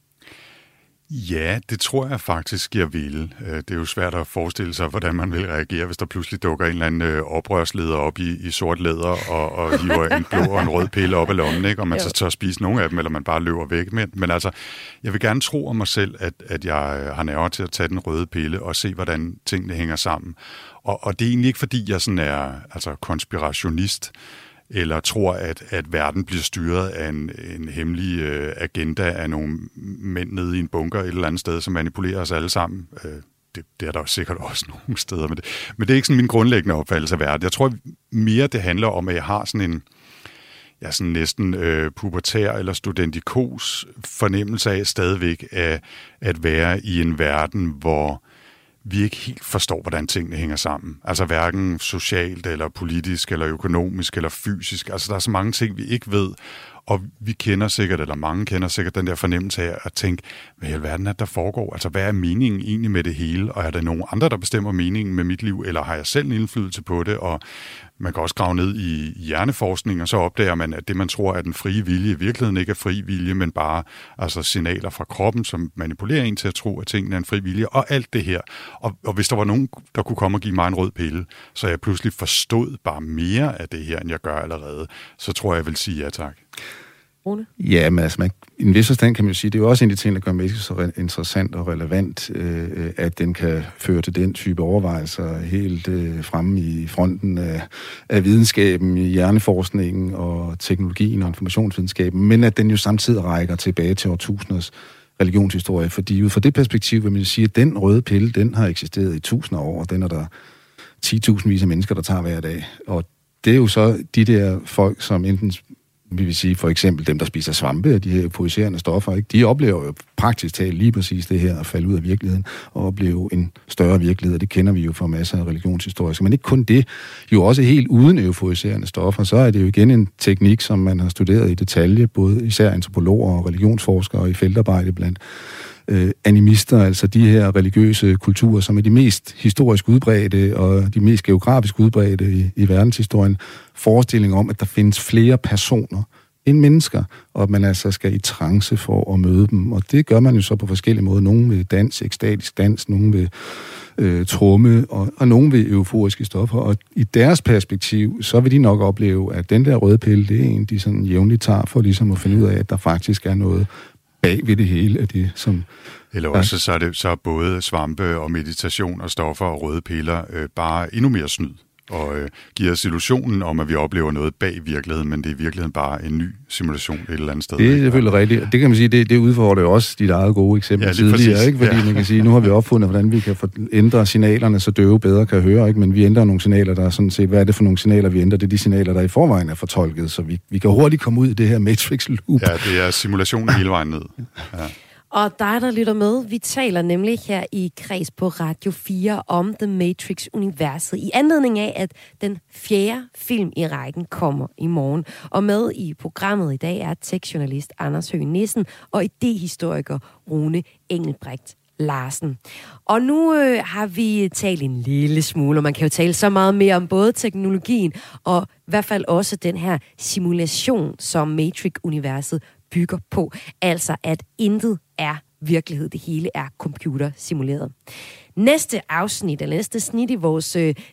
Ja, det tror jeg faktisk, jeg vil. Det er jo svært at forestille sig, hvordan man vil reagere, hvis der pludselig dukker en eller anden oprørsleder op i sort læder og hiver en blå og en rød pille op af lommen, ikke? Og man så tør spise nogle af dem, eller man bare løber væk med. Men altså, jeg vil gerne tro om mig selv, at jeg har nerver til at tage den røde pille og se, hvordan tingene hænger sammen. Og det er egentlig ikke, fordi jeg sådan er konspirationist, eller tror, at verden bliver styret af en hemmelig agenda af nogle mænd nede i en bunker et eller andet sted, som manipulerer os alle sammen. Det er der jo sikkert også nogle steder. Men det er ikke sådan min grundlæggende opfattelse af verden. Jeg tror mere, det handler om, at jeg har sådan sådan næsten pubertær eller studentikos fornemmelse af stadigvæk at være i en verden, hvor vi ikke helt forstår, hvordan tingene hænger sammen. Altså hverken socialt, eller politisk, eller økonomisk, eller fysisk. Altså der er så mange ting, vi ikke ved, og vi kender sikkert, eller mange kender sikkert den der fornemmelse af at tænke, hvad i alverden er der foregår? Altså hvad er meningen egentlig med det hele? Og er der nogen andre, der bestemmer meningen med mit liv, eller har jeg selv en indflydelse på det? Og man kan også grave ned i hjerneforskning, og så opdager man, at det, man tror er den frie vilje, i virkeligheden ikke er fri vilje, men bare signaler fra kroppen, som manipulerer en til at tro, at tingene er en fri vilje, og alt det her. Og hvis der var nogen, der kunne komme og give mig en rød pille, så jeg pludselig forstod bare mere af det her, end jeg gør allerede, så tror jeg vil sige ja tak. Rune? Ja, men altså, i en vis forstand kan man jo sige, det er jo også en af de ting, der gør Matrix så interessant og relevant, at den kan føre til den type overvejelser helt fremme i fronten af videnskaben, i hjerneforskningen og teknologien og informationsvidenskaben, men at den jo samtidig rækker tilbage til årtusinders religionshistorie, fordi ud fra det perspektiv vil man sige, at den røde pille, den har eksisteret i tusinder år, og den er der 10.000 af mennesker, der tager hver dag. Og det er jo så de der folk, som enten, vi vil sige for eksempel dem, der spiser svampe og de her euforiserende stoffer, ikke? De oplever jo praktisk talt lige præcis det her at falde ud af virkeligheden og opleve en større virkelighed, og det kender vi jo fra masser af religionshistoriske. Men ikke kun det, jo også helt uden euforiserende stoffer, så er det jo igen en teknik, som man har studeret i detalje, både især antropologer og religionsforskere i feltarbejde blandt animister, altså de her religiøse kulturer, som er de mest historisk udbredte og de mest geografisk udbredte i verdenshistorien, forestilling om, at der findes flere personer end mennesker, og at man altså skal i trance for at møde dem. Og det gør man jo så på forskellige måder. Nogle ved dans, ekstatisk dans, nogle ved tromme, og nogle ved euforiske stoffer. Og i deres perspektiv, så vil de nok opleve, at den der røde pille, det er en, de sådan jævnligt tager for ligesom at finde ud af, at der faktisk er noget bag ved det hele af det, som... Eller også så er både svampe og meditation og stoffer og røde piller bare endnu mere snyd, og giver os illusionen om, at vi oplever noget bag virkeligheden, men det er i virkeligheden bare en ny simulation et eller andet sted. Det er selvfølgelig rigtigt. Det kan man sige, det udfordrer jo også dit eget gode eksempel tidligere, ikke? Fordi man kan sige, nu har vi opfundet, hvordan vi kan ændre signalerne, så døve bedre kan høre, ikke? Men vi ændrer nogle signaler, der er sådan set, hvad er det for nogle signaler, vi ændrer? Det er de signaler, der i forvejen er fortolket, så vi kan hurtigt komme ud i det her Matrix-loop. Ja, det er simulation hele vejen ned. Ja. Og dig, der lytter med, vi taler nemlig her i Kreds på Radio 4 om The Matrix-universet, i anledning af, at den 4. film i rækken kommer i morgen. Og med i programmet i dag er tekstjournalist Anders Høgh Nissen og idéhistoriker Rune Engelbrecht Larsen. Og nu har vi talt en lille smule, og man kan jo tale så meget mere om både teknologien og i hvert fald også den her simulation, som Matrix-universet bygger på. Altså, at intet er virkelighed. Det hele er computersimuleret. Næste afsnit, eller næste snit i vores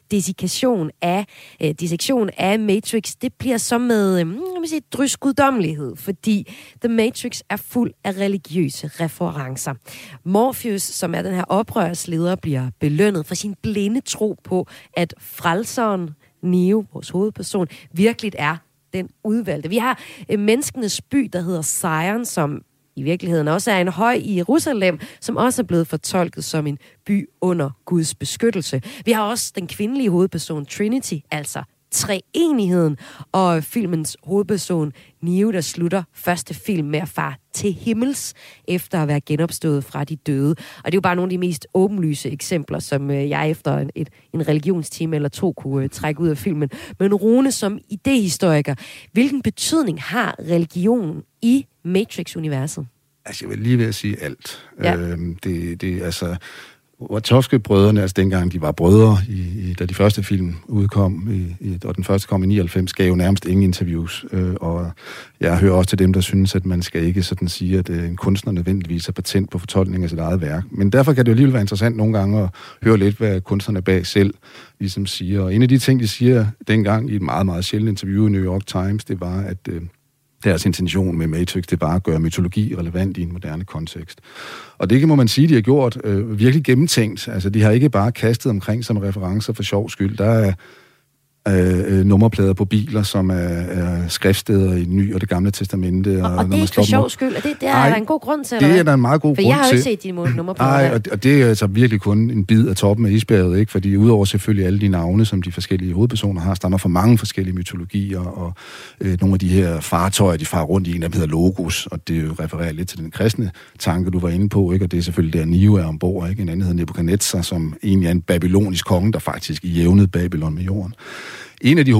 dissektion af Matrix, det bliver så med drys guddommelighed, fordi The Matrix er fuld af religiøse referencer. Morpheus, som er den her oprørsleder, bliver belønnet for sin blinde tro på, at frelseren Neo, vores hovedperson, virkelig er den udvalgte. Vi har menneskenes by, der hedder Zion, som i virkeligheden også er en høj i Jerusalem, som også er blevet fortolket som en by under Guds beskyttelse. Vi har også den kvindelige hovedperson Trinity, altså treenigheden, og filmens hovedperson Neo, der slutter første film med at fare til himmels, efter at være genopstået fra de døde. Og det er jo bare nogle af de mest åbenlyse eksempler, som jeg efter en religionstime eller to kunne trække ud af filmen. Men Rune, som idéhistoriker, hvilken betydning har religion i Matrix-universet? Altså, jeg vil lige ved at sige alt. Ja. Det altså... Wachowski-brødrene, altså dengang de var brødre, da de første film udkom, og den første kom i 99, gav jo nærmest ingen interviews. Og jeg hører også til dem, der synes, at man skal ikke sådan sige, at en kunstner nødvendigvis er patent på fortolkning af sit eget værk. Men derfor kan det jo alligevel være interessant nogle gange at høre lidt, hvad kunstnerne bag selv ligesom siger. Og en af de ting, de siger dengang i et meget, meget sjældent interview i New York Times, det var, at deres intention med Matrix, det er bare at gøre mytologi relevant i en moderne kontekst. Og det må man sige, de har gjort virkelig gennemtænkt. Altså, de har ikke bare kastet omkring som referencer for sjov skyld. Der er nummerplader på biler, som er skriftsteder i det Nye og det Gamle Testamente. Og det er ikke for sjov skyld, og det er der en god grund til, eller det er der en meget god grund til. For jeg har jo ikke set de nummerplader. Nej, og det er altså virkelig kun en bid af toppen af isbjerget, ikke? Fordi udover selvfølgelig alle de navne, som de forskellige hovedpersoner har, stammer fra mange forskellige mytologier, og nogle af de her fartøjer, de farer rundt i, en der hedder Logos, og det jo refererer lidt til den kristne tanke, du var inde på, ikke? Og det er selvfølgelig der Neo er ombord, ikke? En anden hedder Nebuchadnezzar, som egentlig er en babylonisk konge, der faktisk jævnede Babylon med jorden. En af de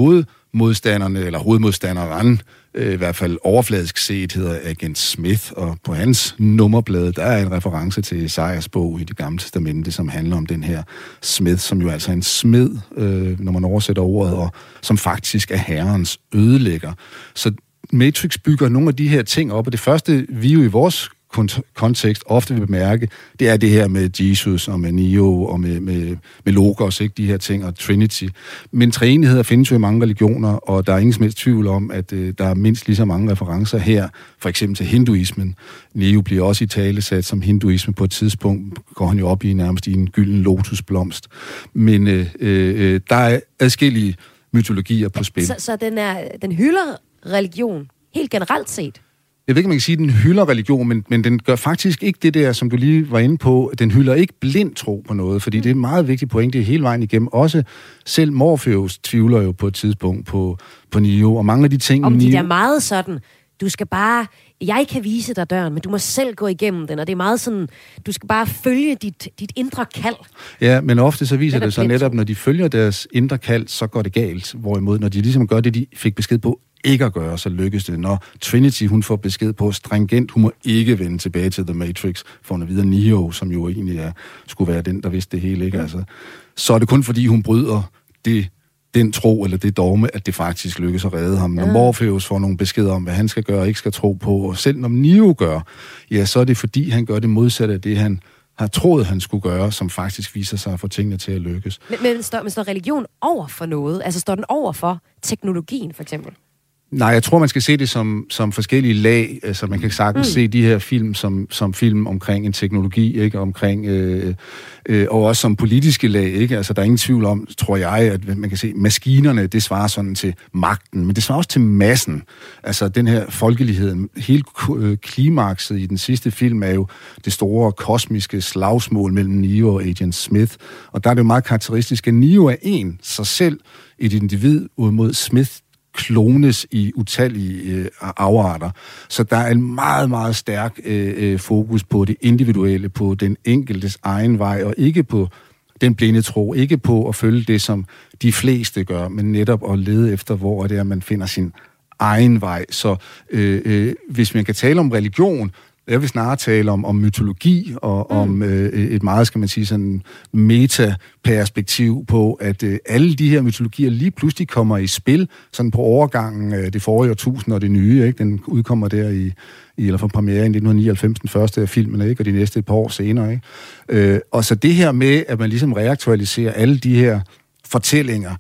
hovedmodstanderen, i hvert fald overfladisk set, hedder Agent Smith, og på hans nummerplade, der er en reference til Esajas bog i Det Gamle Testamente, som handler om den her Smith, som jo altså er en smed, når man oversætter ordet, og som faktisk er herrens ødelægger. Så Matrix bygger nogle af de her ting op, og det første, vi jo i vores kontekst ofte vil bemærke, det er det her med Jesus og med Neo og med Logos, ikke? De her ting, og Trinity. Men treenigheder findes jo i mange religioner, og der er ingen som helst tvivl om, at der er mindst lige så mange referencer her, for eksempel til hinduismen. Neo bliver også i tale sat som hinduisme. På et tidspunkt går han jo op i nærmest i en gylden lotusblomst. Men der er adskillige mytologier på spil. Så den hylder religion helt generelt set? Jeg ved ikke, man kan sige, at den hylder religion, men den gør faktisk ikke det der, som du lige var inde på. Den hylder ikke blind tro på noget, fordi det er en meget vigtig pointe hele vejen igennem. Også selv Morpheus tvivler jo på et tidspunkt på Neo, og mange af de ting... Om de der meget sådan, du skal bare... Jeg kan vise dig døren, men du må selv gå igennem den, og det er meget sådan, du skal bare følge dit indre kald. Ja, men ofte så viser det så netop, når de følger deres indre kald, så går det galt. Hvorimod, når de ligesom gør det, de fik besked på ikke at gøre, så lykkes det. Når Trinity, hun får besked på stringent, hun må ikke vende tilbage til The Matrix, for at videre Neo, som jo egentlig skulle være den, der vidste det hele, ikke? Altså, så er det kun fordi, hun bryder den tro eller det dogme, at det faktisk lykkes at redde ham. Når Morpheus får nogle beskeder om, hvad han skal gøre og ikke skal tro på, og selv når Neo gør, ja, så er det fordi, han gør det modsatte af det, han har troet, han skulle gøre, som faktisk viser sig at få tingene til at lykkes. Men står religion over for noget? Altså står den over for teknologien, for eksempel? Nej, jeg tror, man skal se det som forskellige lag. Altså, man kan sagtens se de her film som film omkring en teknologi, ikke? Omkring, og også som politiske lag, ikke? Altså, der er ingen tvivl om, tror jeg, at man kan se, maskinerne, det svarer sådan til magten, men det svarer også til massen. Altså, den her folkelighed, hele klimakset i den sidste film er jo det store kosmiske slagsmål mellem Neo og Agent Smith, og der er det jo meget karakteristisk, at Neo er sig selv, et individ mod Smith, klones i utallige afarter. Så der er en meget, meget stærk fokus på det individuelle, på den enkeltes egen vej, og ikke på den blinde tro, ikke på at følge det, som de fleste gør, men netop at lede efter, hvor det er, man finder sin egen vej. Så hvis man kan tale om religion, jeg vil snarere tale om mytologi og om et meget, skal man sige, sådan metaperspektiv på, at alle de her mytologier lige pludselig kommer i spil, sådan på overgangen det forrige årtusind og det nye, ikke? Den udkommer der eller fra premiere i 1999, den første af filmen, ikke? Og de næste et par år senere, ikke? Og så det her med, at man ligesom reaktualiserer alle de her fortællinger,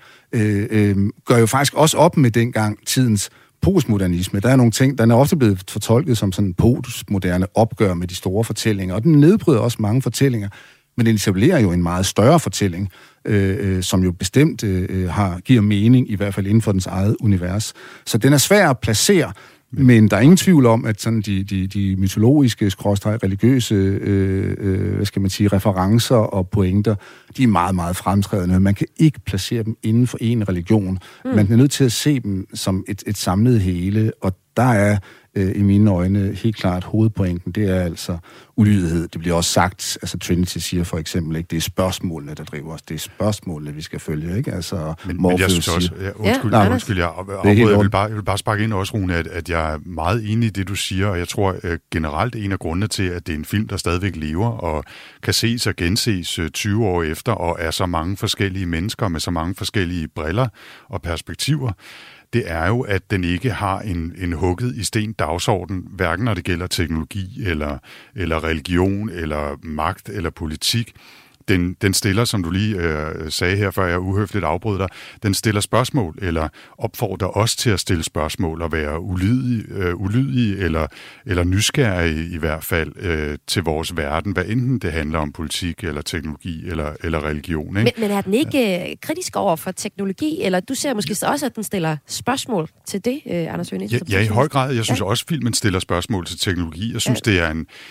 gør jo faktisk også op med dengang tidens postmodernisme. Der er nogle ting, der er ofte blevet fortolket som sådan postmoderne opgør med de store fortællinger, og den nedbryder også mange fortællinger, men den etablerer jo en meget større fortælling, som jo bestemt giver mening, i hvert fald inden for dens eget univers. Så den er svær at placere, men der er ingen tvivl om, at sådan de mytologiske, religiøse, hvad skal man sige, referencer og pointer, de er meget, meget fremtrædende. Man kan ikke placere dem inden for en religion. Man er nødt til at se dem som et samlet hele, og der er i mine øjne helt klart hovedpointen, det er altså ulydighed. Det bliver også sagt, altså Trinity siger for eksempel, ikke, det er spørgsmålene, der driver os. Det er spørgsmålene, vi skal følge, ikke? Altså, men jeg synes også, undskyld, jeg vil bare sparke ind også, Rune, at jeg er meget enig i det, du siger, og jeg tror generelt en af grundene til, at det er en film, der stadigvæk lever, og kan ses og genses 20 år efter, og er så mange forskellige mennesker med så mange forskellige briller og perspektiver, det er jo, at den ikke har en hugget i sten dagsorden, hverken når det gælder teknologi, eller religion, eller magt, eller politik. Den stiller, som du lige sagde her, før jeg uhøfligt afbrød dig, den stiller spørgsmål, eller opfordrer os til at stille spørgsmål, og være ulydige eller nysgerrige i hvert fald til vores verden, hvad enten det handler om politik, eller teknologi, eller religion. Ikke? Men er den ikke kritisk over for teknologi, eller du ser måske også, at den stiller spørgsmål til det, Anders Hønge? Ja, i høj grad. Jeg synes også, filmen stiller spørgsmål til teknologi. Jeg synes, det er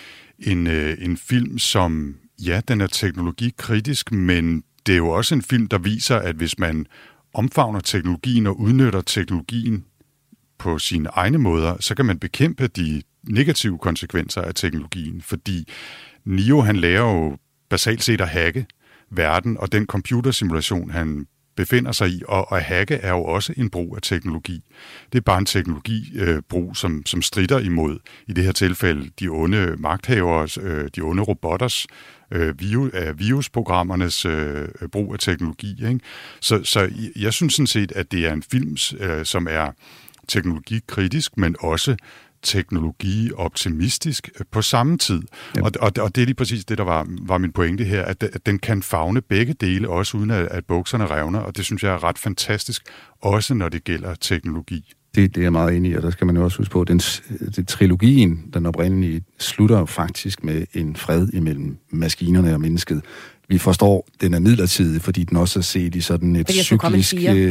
en film, som... Ja, den er teknologikritisk, men det er jo også en film, der viser, at hvis man omfavner teknologien og udnytter teknologien på sine egne måder, så kan man bekæmpe de negative konsekvenser af teknologien, fordi Neo, han lærer jo basalt set at hacke verden, og den computersimulation, han befinder sig i, og at hacke er jo også en brug af teknologi. Det er bare en teknologibrug, som strider imod, i det her tilfælde, de onde magthavers, de onde robotters, virusprogrammernes brug af teknologi. Ikke? Så jeg synes sådan set, at det er en film, som er teknologikritisk, men også teknologioptimistisk på samme tid. Og det er lige præcis det, der var min pointe her, at den kan favne begge dele, også uden at bukserne revner, og det synes jeg er ret fantastisk, også når det gælder teknologi. Det er jeg meget enig i, og der skal man jo også huske på, at trilogien, den oprindelige, slutter faktisk med en fred imellem maskinerne og mennesket. Vi forstår, den er midlertidig, fordi den også er set i sådan et cyklisk...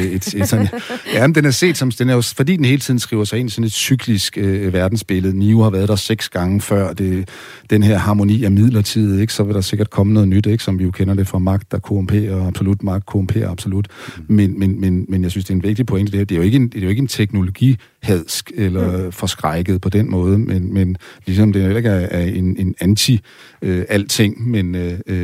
den er set som... Den er jo, fordi den hele tiden skriver sig ind i sådan et cyklisk verdensbillede. Neo har været der 6 gange før. Den her harmoni er midlertidig, ikke? Så vil der sikkert komme noget nyt, ikke? Som vi jo kender det fra magt, der korrumperer absolut, magt korrumperer absolut. Men jeg synes, det er en vigtig pointe. Det er jo ikke en teknologihadsk eller forskrækket på den måde, men ligesom det ikke er en anti-alting, men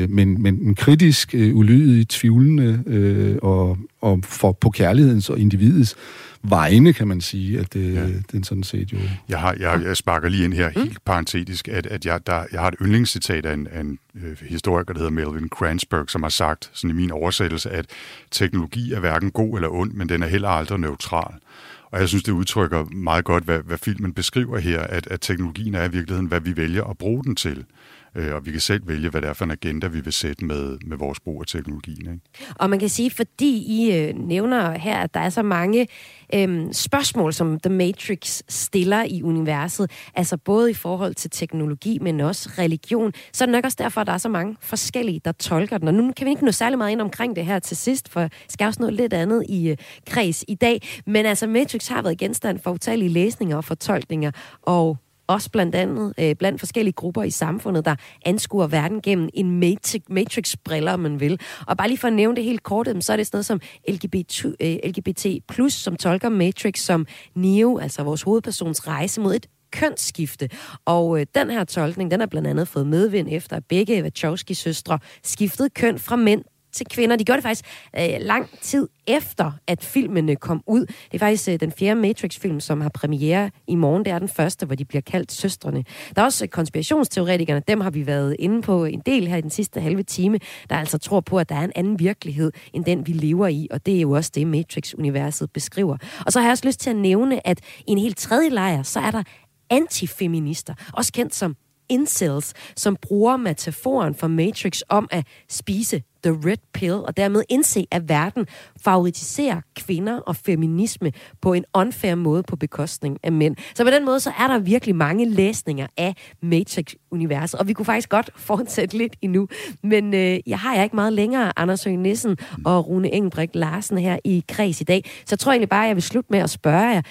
en kritisk, ulydig, tvivlende og på kærlighedens og individets vegne, kan man sige, at den sådan set jo... Jeg sparker lige ind her, helt parentetisk, at jeg har et yndlingscitat af en historiker, der hedder Melvin Kranzberg, som har sagt, sådan i min oversættelse, at teknologi er hverken god eller ond, men den er heller aldrig neutral. Og jeg synes, det udtrykker meget godt, hvad filmen beskriver her, at teknologien er i virkeligheden, hvad vi vælger at bruge den til. Og vi kan selv vælge, hvad det er for en agenda, vi vil sætte med vores brug af teknologien. Ikke? Og man kan sige, fordi I nævner her, at der er så mange spørgsmål, som The Matrix stiller i universet, altså både i forhold til teknologi, men også religion, så er det nok også derfor, at der er så mange forskellige, der tolker den. Og nu kan vi ikke nå særlig meget ind omkring det her til sidst, for jeg skal også nå lidt andet i kreds i dag. Men altså, Matrix har været genstand for utallige læsninger og fortolkninger, og også blandt andet blandt forskellige grupper i samfundet, der anskuer verden gennem en Matrix-briller, om man vil. Og bare lige for at nævne det helt kort, så er det sådan noget som LGBT+, som tolker Matrix som Neo, altså vores hovedpersons rejse mod et kønsskifte. Og den her tolkning, den har blandt andet fået medvind efter, at begge Wachowski-søstre skiftede køn fra mænd til kvinder. De gjorde det faktisk lang tid efter, at filmene kom ud. Det er faktisk den 4. Matrix-film, som har premiere i morgen. Det er den første, hvor de bliver kaldt søstrene. Der er også konspirationsteoretikerne. Dem har vi været inde på en del her i den sidste halve time, der altså tror på, at der er en anden virkelighed, end den vi lever i. Og det er jo også det, Matrix-universet beskriver. Og så har jeg også lyst til at nævne, at i en helt tredje lejr, så er der antifeminister, også kendt som incels, som bruger metaforen for Matrix om at spise the red pill, og dermed indse, at verden favoritiserer kvinder og feminisme på en unfair måde på bekostning af mænd. Så på den måde, så er der virkelig mange læsninger af Matrix-universet, og vi kunne faktisk godt fortsætte lidt endnu, men jeg har ikke meget længere, Anders Høgh Nissen og Rune Engelbrekt Larsen her i kreds i dag, så jeg tror egentlig bare, jeg vil slutte med at spørge jer,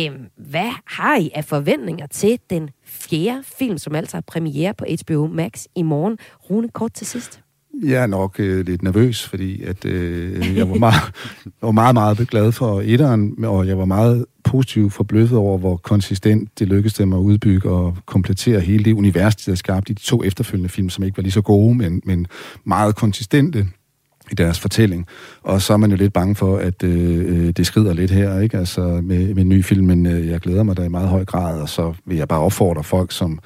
hvad har I af forventninger til den 4. film, som altså har premiere på HBO Max i morgen? Rune, kort til sidst. Jeg er nok lidt nervøs, fordi at, jeg var meget, meget glad for etteren, og jeg var meget positivt forbløffet over, hvor konsistent det lykkedes dem at udbygge og komplettere hele det univers, der er skabt i de 2 efterfølgende film, som ikke var lige så gode, men meget konsistente i deres fortælling. Og så er man jo lidt bange for, at det skrider lidt her, ikke? Altså med en ny film, men jeg glæder mig da i meget høj grad, og så vil jeg bare opfordre folk, som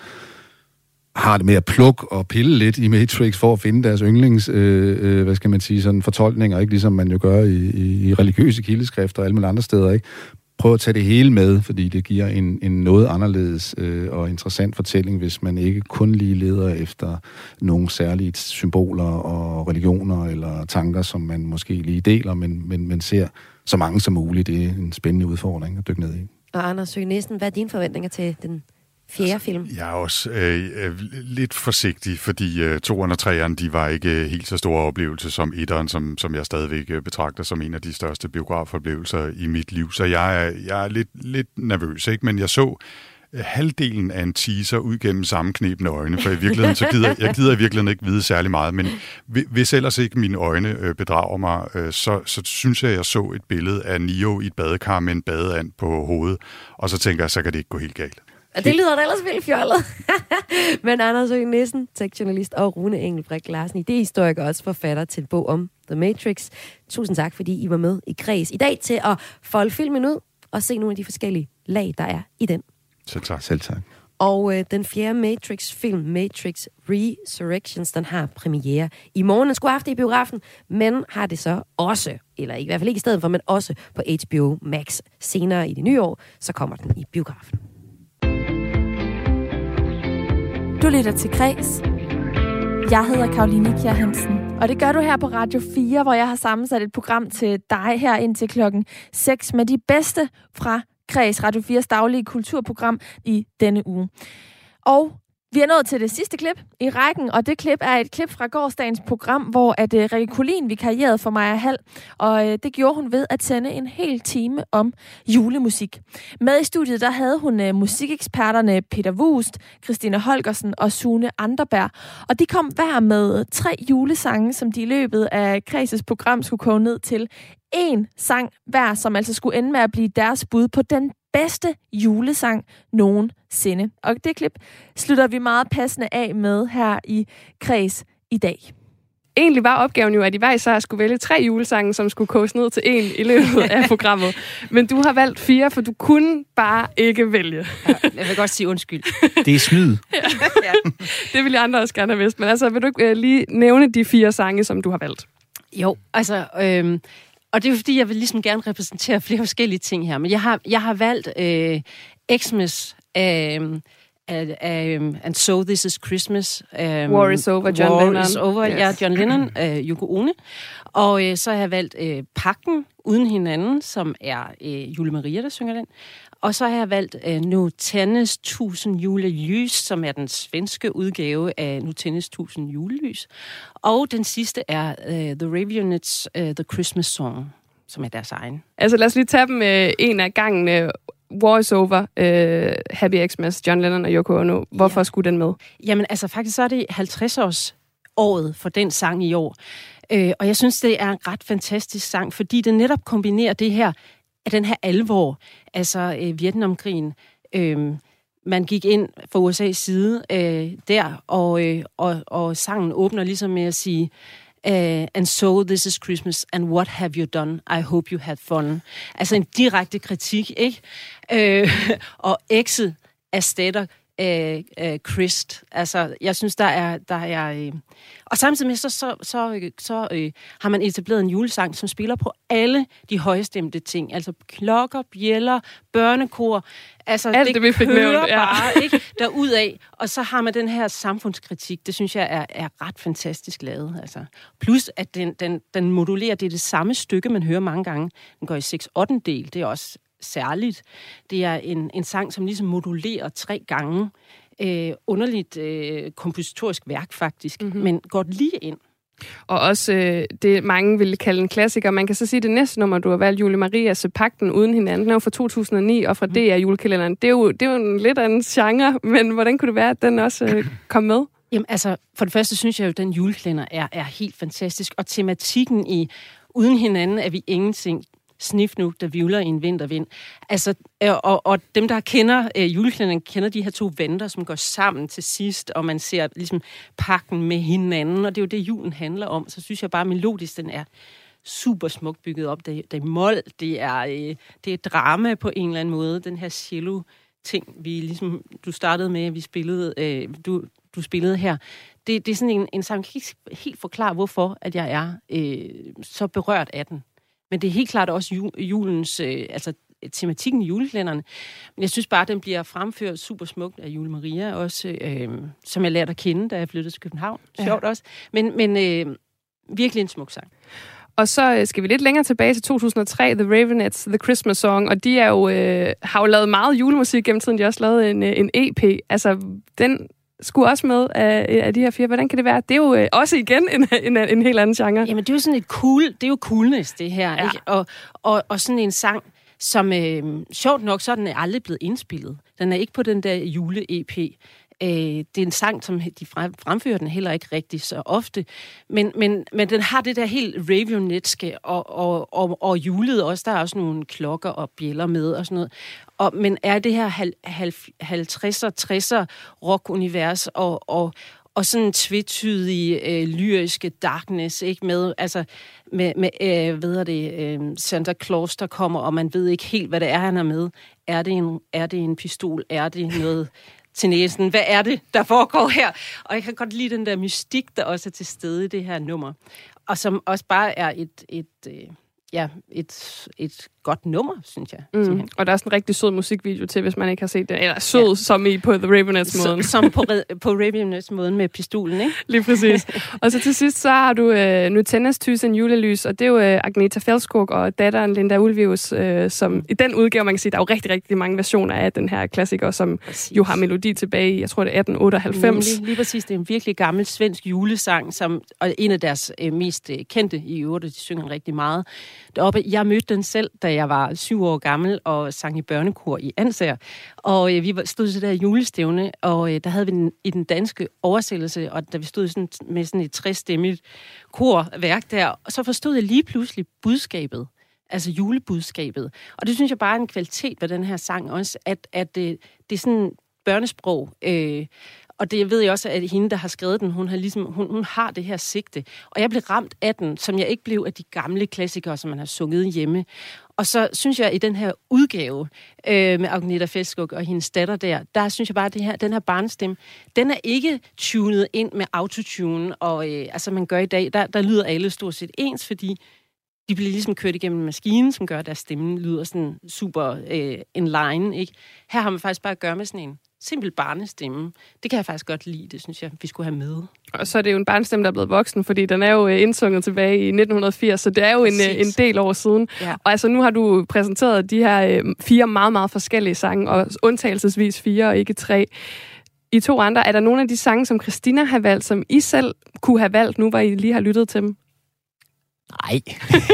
har det med at plukke og pille lidt i Matrix for at finde deres yndlings, hvad skal man sige, sådan fortolkninger, ikke ligesom man jo gør i religiøse kildeskrifter og alle mulige andre steder, ikke? Prøv at tage det hele med, fordi det giver en noget anderledes og interessant fortælling, hvis man ikke kun lige leder efter nogle særlige symboler og religioner eller tanker, som man måske lige deler, men man ser så mange som muligt. Det er en spændende udfordring at dykke ned i. Og Anders Høgh Nissen, hvad er dine forventninger til den 4. film? Jeg er også lidt forsigtig, fordi 2'eren og 3'eren, de var ikke helt så store oplevelser som 1'eren, som jeg stadigvæk betragter som en af de største biografoplevelser i mit liv. Så jeg er lidt nervøs, ikke? Men jeg så halvdelen af en teaser ud gennem sammenknebne øjne, for i virkeligheden, jeg gider i virkeligheden ikke vide særlig meget, men hvis ellers ikke mine øjne bedrager mig, så synes jeg så et billede af Neo i et badekar med en badeand på hovedet, og så tænker jeg, så kan det ikke gå helt galt. Og det lyder da ellers vildt fjollet. Men Anders Høgh Nissen, tech-journalist, og Rune Engelbrekt Larsen, idéhistoriker og også forfatter til en bog om The Matrix. Tusind tak, fordi I var med i kreds i dag til at folde filmen ud og se nogle af de forskellige lag, der er i den. Selv tak. Selv tak. Og den 4. Matrix-film, Matrix Resurrections, den har premiere i morgen. Den skulle have haft det i biografen, men har det så også, eller i hvert fald ikke i stedet for, men også på HBO Max. Senere i det nye år, så kommer den i biografen. Du lytter til Kres. Jeg hedder Karoline Kjær Hansen, og det gør du her på Radio 4, hvor jeg har sammensat et program til dig her indtil klokken 6 med de bedste fra Kres, Radio 4's daglige kulturprogram i denne uge. Og vi er nået til det sidste klip i rækken, og det klip er et klip fra gårsdagens program, hvor Rikke Collin vikarierede for Maja Hall, og det gjorde hun ved at sende en hel time om julemusik. Med i studiet der havde hun musikeksperterne Peter Wust, Christina Holgersen og Sune Anderberg, og de kom hver med 3 julesange, som de i løbet af Kres' program skulle koge ned til en sang hver, som altså skulle ende med at blive deres bud på den bedste julesang nogensinde. Og det klip slutter vi meget passende af med her i Kres i dag. Egentlig var opgaven jo, at I hver især skulle vælge 3 julesange, som skulle koges ned til 1 i løbet af programmet. Men du har valgt 4, for du kunne bare ikke vælge. Ja, jeg vil godt sige undskyld. Det er snyd. Ja. Det vil jeg andre også gerne have vidst. Men altså, vil du ikke lige nævne de 4 sange, som du har valgt? Jo, altså... Og det er jo fordi, jeg vil ligesom gerne repræsentere flere forskellige ting her. Men jeg har valgt Xmas And So This Is Christmas. War Is Over, John Lennon. War Is Over, yes. Ja, John Lennon, Yoko Ono. Og så har jeg valgt Pagten Uden Hinanden, som er Jule Maria, der synger den. Og så har jeg valgt Nu tændes 1000 julelys, som er den svenske udgave af Nu tændes 1000 julelys. Og den sidste er The Raveonettes The Christmas Song, som er deres egen. Altså lad os lige tage dem en af gangen. War Is Over, Happy Xmas, John Lennon og Yoko Ono. Hvorfor skulle den med? Jamen altså faktisk så er det 50-års året for den sang i år. Og jeg synes, det er en ret fantastisk sang, fordi det netop kombinerer det her, af den her alvor, altså Vietnamkrigen. Man gik ind fra USA's side der, og sangen åbner ligesom med at sige, and so this is Christmas, and what have you done? I hope you had fun. Altså en direkte kritik, ikke? Og X'et erstatter Christ. Altså, jeg synes, der er og samtidig med, så har man etableret en julesang, som spiller på alle de højstemte ting. Altså klokker, bjælder, børnekor. Altså, alt det vi fik kører nævnt, ja. bare, ikke? Derudad. Og så har man den her samfundskritik. Det synes jeg er ret fantastisk lavet. Altså. Plus, at den modulerer. Det er det samme stykke, man hører mange gange. Den går i 6/8. Det er også særligt. Det er en sang, som ligesom modulerer 3 gange. Underligt kompositorisk værk, faktisk. Mm-hmm. Men går lige ind. Og også det, mange ville kalde en klassiker. Man kan så sige, at det næste nummer, du har valgt, Jule Marias Pagten Uden Hinanden, er jo fra 2009 og fra DR Julekalenderen. Det er jo en lidt anden genre, men hvordan kunne det være, at den også kom med? Jamen altså, for det første synes jeg jo, at den julekalender er helt fantastisk. Og tematikken i Uden Hinanden er vi ingenting. Snif nu, der vivler i en vintervind. Altså, og dem, der kender julekalenderen, kender de her 2 venner, som går sammen til sidst, og man ser ligesom pakken med hinanden, og det er jo det, julen handler om. Så synes jeg bare, melodisk, den er super smukt bygget op. Det er mål, det er drama på en eller anden måde. Den her cello-ting, vi ligesom, du startede med, at vi spillede, du spillede her. Det er sådan en sang, jeg kan ikke helt forklare, hvorfor at jeg er så berørt af den. Men det er helt klart også julens, altså tematikken i julekalenderne. Men jeg synes bare, at den bliver fremført super smukt af Jule Maria, også, som jeg lærte at kende, da jeg flyttede til København. Sjovt også. Men virkelig en smuk sang. Og så skal vi lidt længere tilbage til 2003, The Raveonettes, The Christmas Song, og de er jo, har jo lavet meget julemusik gennem tiden. De har også lavet en EP. Altså, den skulle også med af de her 4. Hvordan kan det være? Det er jo også igen en helt anden genre. Jamen, det er jo sådan det er jo coolness, det her. Ja. Ikke? Og sådan en sang, som sjovt nok, så er den aldrig blevet indspillet. Den er ikke på den der jule-EP. Det er en sang, som de fremfører den heller ikke rigtig så ofte. Men den har det der helt Raveonetske og julet også. Der er også nogle klokker og bjælder med og sådan noget. Men er det her 50'er, 60'er rock-univers og sådan en tvetydig lyriske darkness, ikke? Med Santa Claus, der kommer, og man ved ikke helt, hvad det er, han er med. Er det en pistol? Er det noget til næsen? Hvad er det, der foregår her? Og jeg kan godt lide den der mystik, der også er til stede i det her nummer. Og som også bare er et godt nummer, synes jeg. Og der er sådan en rigtig sød musikvideo til, hvis man ikke har set det. Eller sød, som i på The Raveonettes-måden. Som på Raveonettes-måden med pistolen, ikke? Lige præcis. Og så til sidst, så har du Nu tændes tusind julelys, og det er jo Agneta Fältskog og datteren Linda Ulvius, som i den udgave, man kan sige, der er jo rigtig, rigtig mange versioner af den her klassiker, som jo har melodi tilbage i, jeg tror det er 1898. Lige præcis, det er en virkelig gammel svensk julesang, og en af deres mest kendte i øvrigt, de synger rigtig meget deroppe. Jeg mødte den selv, da jeg var 7 år gammel og sang i børnekor i Ansager. Og vi stod til der julestævne, og der havde vi den i den danske oversættelse, og da vi stod med sådan et 60-stemmigt korværk der, så forstod jeg lige pludselig budskabet. Altså julebudskabet. Og det synes jeg bare er en kvalitet ved den her sang også, at det er sådan børnesprog. Og det ved jeg også, at hende, der har skrevet den, hun har det her sigte. Og jeg blev ramt af den, som jeg ikke blev af de gamle klassikere, som man har sunget hjemme. Og så synes jeg, at i den her udgave med Agneta Fältskog og hendes datter der synes jeg bare, at den her barnestemme, den er ikke tunet ind med autotune, og altså man gør i dag, der lyder alle stort set ens, fordi de bliver ligesom kørt igennem en maskine, som gør, at deres stemme lyder sådan super en line, ikke? Her har man faktisk bare at gøre med sådan en simpel barnestemme. Det kan jeg faktisk godt lide, det synes jeg, vi skulle have med. Og så er det jo en barnestemme, der er blevet voksen, fordi den er jo indsunget tilbage i 1980, så det er jo en del år siden. Ja. Og altså nu har du præsenteret de her 4 meget, meget forskellige sange, og undtagelsesvis 4 og ikke 3. I 2 andre, er der nogle af de sange, som Christina har valgt, som I selv kunne have valgt, nu hvor I lige har lyttet til dem? Nej.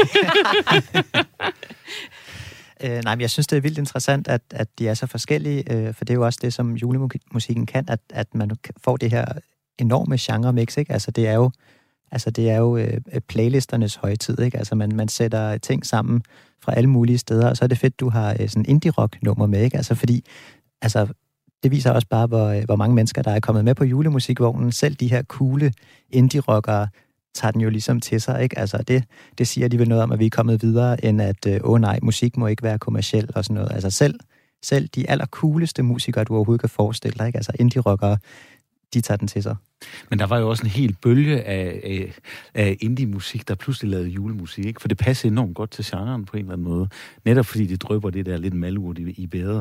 Nej, men jeg synes, det er vildt interessant, at de er så forskellige, for det er jo også det, som julemusikken kan, at man får det her enorme genre-mix, ikke? Altså, det er jo playlisternes højtid, ikke? Altså, man sætter ting sammen fra alle mulige steder, og så er det fedt, du har sådan indie-rock-nummer med, ikke? Altså, fordi, altså, det viser også bare, hvor mange mennesker, der er kommet med på julemusikvognen. Selv de her coole indie-rockere tager den jo ligesom til sig, ikke? Altså, det siger alligevel noget om, at vi er kommet videre, end at, nej, musik må ikke være kommerciel og sådan noget. Altså, selv de allercooleste musikere, du overhovedet kan forestille dig, ikke? Altså, indie-rockere, de tager den til sig. Men der var jo også en hel bølge af indie-musik, der pludselig lavede julemusik, ikke? For det passer enormt godt til genren på en eller anden måde. Netop fordi det drypper det der lidt malurt i bæret.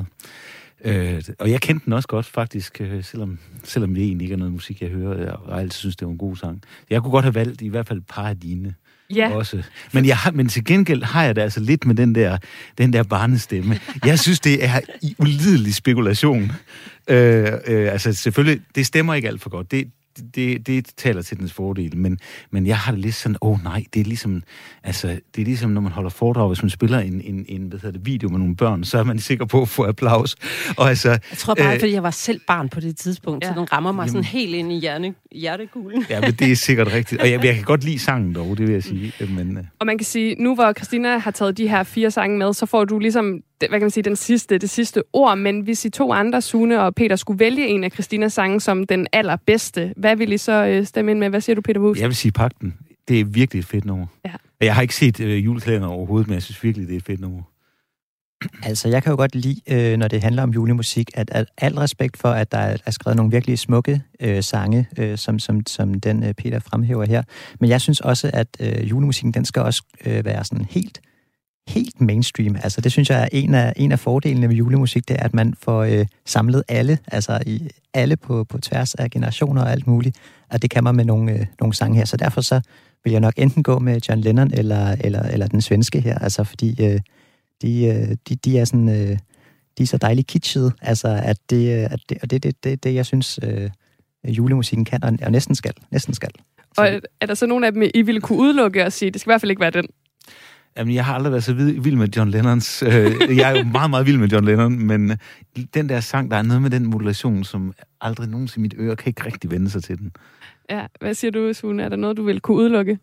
Og jeg kendte den også godt, faktisk, selvom det egentlig ikke er noget musik, jeg hører, og altid synes, det var en god sang. Jeg kunne godt have valgt i hvert fald et par af dine også. Men til gengæld har jeg det altså lidt med den der barnestemme. Jeg synes, det er i ulidelig spekulation. Altså selvfølgelig, det stemmer ikke alt for godt. Det taler til dens fordel, men jeg har det lidt sådan, nej, det er ligesom, når man holder foredrag, hvis man spiller en video med nogle børn, så er man sikker på at få applaus. Og altså, jeg tror bare, fordi jeg var selv barn på det tidspunkt, så den rammer mig sådan helt ind i hjertekuglen. Ja, men det er sikkert rigtigt. Og jeg kan godt lide sangen dog, det vil jeg sige. Men, Og man kan sige, nu hvor Christina har taget de her 4 sange med, så får du ligesom, hvad kan man sige, det sidste ord, men hvis I 2 andre, Sune og Peter, skulle vælge en af Christinas sange som den allerbedste, hvad vil I så stemme ind med? Hvad siger du, Peter Vuust? Jeg vil sige Pagten. Det er virkelig et fedt nummer. Ja. Jeg har ikke set julekalender overhovedet, men jeg synes virkelig, det er et fedt nummer. Altså, jeg kan jo godt lide, når det handler om julemusik, at al respekt for, at der er skrevet nogle virkelig smukke sange, som den Peter fremhæver her. Men jeg synes også, at julemusikken, den skal også være sådan helt mainstream. Altså, det synes jeg er en af fordelene med julemusik, det er, at man får samlet alle, altså alle på tværs af generationer og alt muligt, og det kan man med nogle sange her. Så derfor så vil jeg nok enten gå med John Lennon eller den svenske her, altså fordi de er sådan, de er så dejligt kitschede, altså at det jeg synes julemusikken kan og næsten skal. Og er der så nogle af dem, I ville kunne udelukke og sige, det skal i hvert fald ikke være den? Jamen, jeg har aldrig været så vild med John Lennons. Jeg er jo meget, meget vild med John Lennon, men den der sang, der er noget med den modulation, som aldrig nogensinde mit øre kan ikke rigtig vende sig til den. Ja, hvad siger du, Sune? Er der noget, du vil kunne udelukke?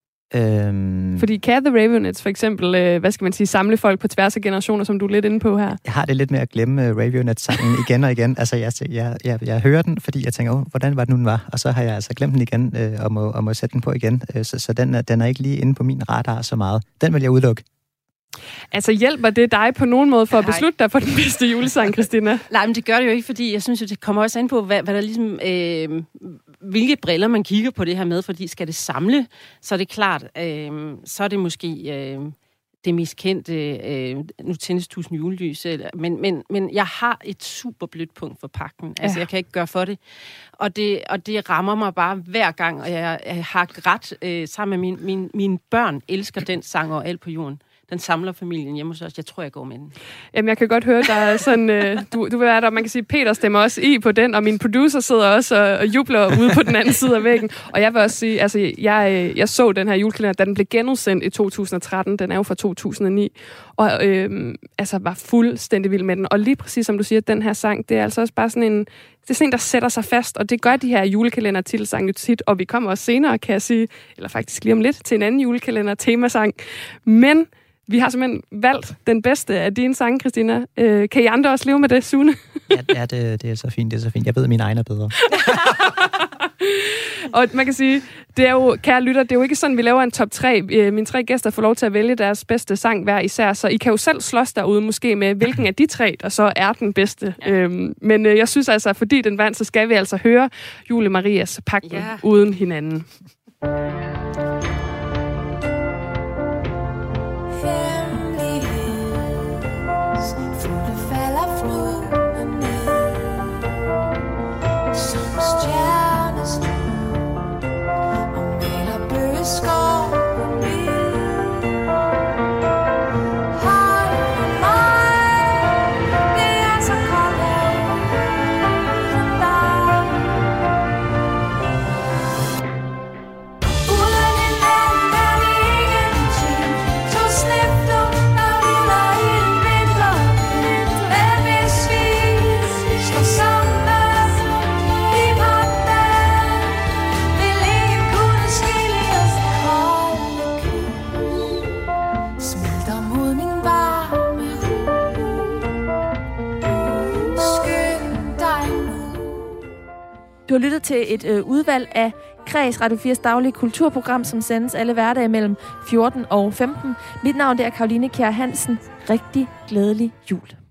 Fordi kan The Raveonettes for eksempel, hvad skal man sige, samle folk på tværs af generationer, som du er lidt inde på her? Jeg har det lidt med at glemme Raveonettes-sangen igen og igen. Altså, jeg hører den, fordi jeg tænker, hvordan var det nu, den var? Og så har jeg altså glemt den igen, og må sætte den på igen. Så den er ikke lige inde på min radar så meget. Den vil jeg udelukke. Altså, hjælper det dig på nogen måde for at beslutte dig for den bedste julesang, Christina? Nej, men det gør det jo ikke, fordi jeg synes, det kommer også an på, hvad der ligesom, hvilke briller man kigger på det her med, fordi skal det samle, så er det klart, så er det måske det mest kendte, nu tændes 1000 julelys, men jeg har et super blødt punkt for pakken. Altså, jeg kan ikke gøre for det. Og det rammer mig bare hver gang, og jeg har grædt sammen med mine børn, elsker den sang og alt på jorden. Den samler familien hjemme hos os. Jeg tror, jeg går med den. Jamen, jeg kan godt høre, der er sådan... du vil være der, man kan sige, Peter stemmer også i på den, og min producer sidder også og jubler ude på den anden side af væggen. Og jeg vil også sige, altså, jeg så den her julekalender, da den blev genudsendt i 2013. Den er jo fra 2009. Og var fuldstændig vild med den. Og lige præcis som du siger, den her sang, det er altså også bare sådan en... Det er sådan en, der sætter sig fast, og det gør de her julekalender-titelsange jo tit, og vi kommer også senere, kan jeg sige, eller faktisk lige om lidt, til en anden julekalender-temasang. Men vi har simpelthen valgt den bedste af dine sange, Christina. Kan I andre også leve med det, Sune? Ja, det er så fint, det er så fint. Jeg ved, at mine egne er bedre. Og man kan sige, det er jo, kære lytter, det er jo ikke sådan, vi laver en top 3. Mine 3 gæster får lov til at vælge deres bedste sang hver især, så I kan jo selv slås derude måske med, hvilken af de 3, der så er den bedste. Ja. Men jeg synes altså, fordi den vandt, så skal vi altså høre Julie Marias Pakken uden hinanden. Du har lyttet til et udvalg af Kreds Radio 4's daglige kulturprogram, som sendes alle hverdage mellem 14 og 15. Mit navn er Caroline Kjær Hansen. Rigtig glædelig jul.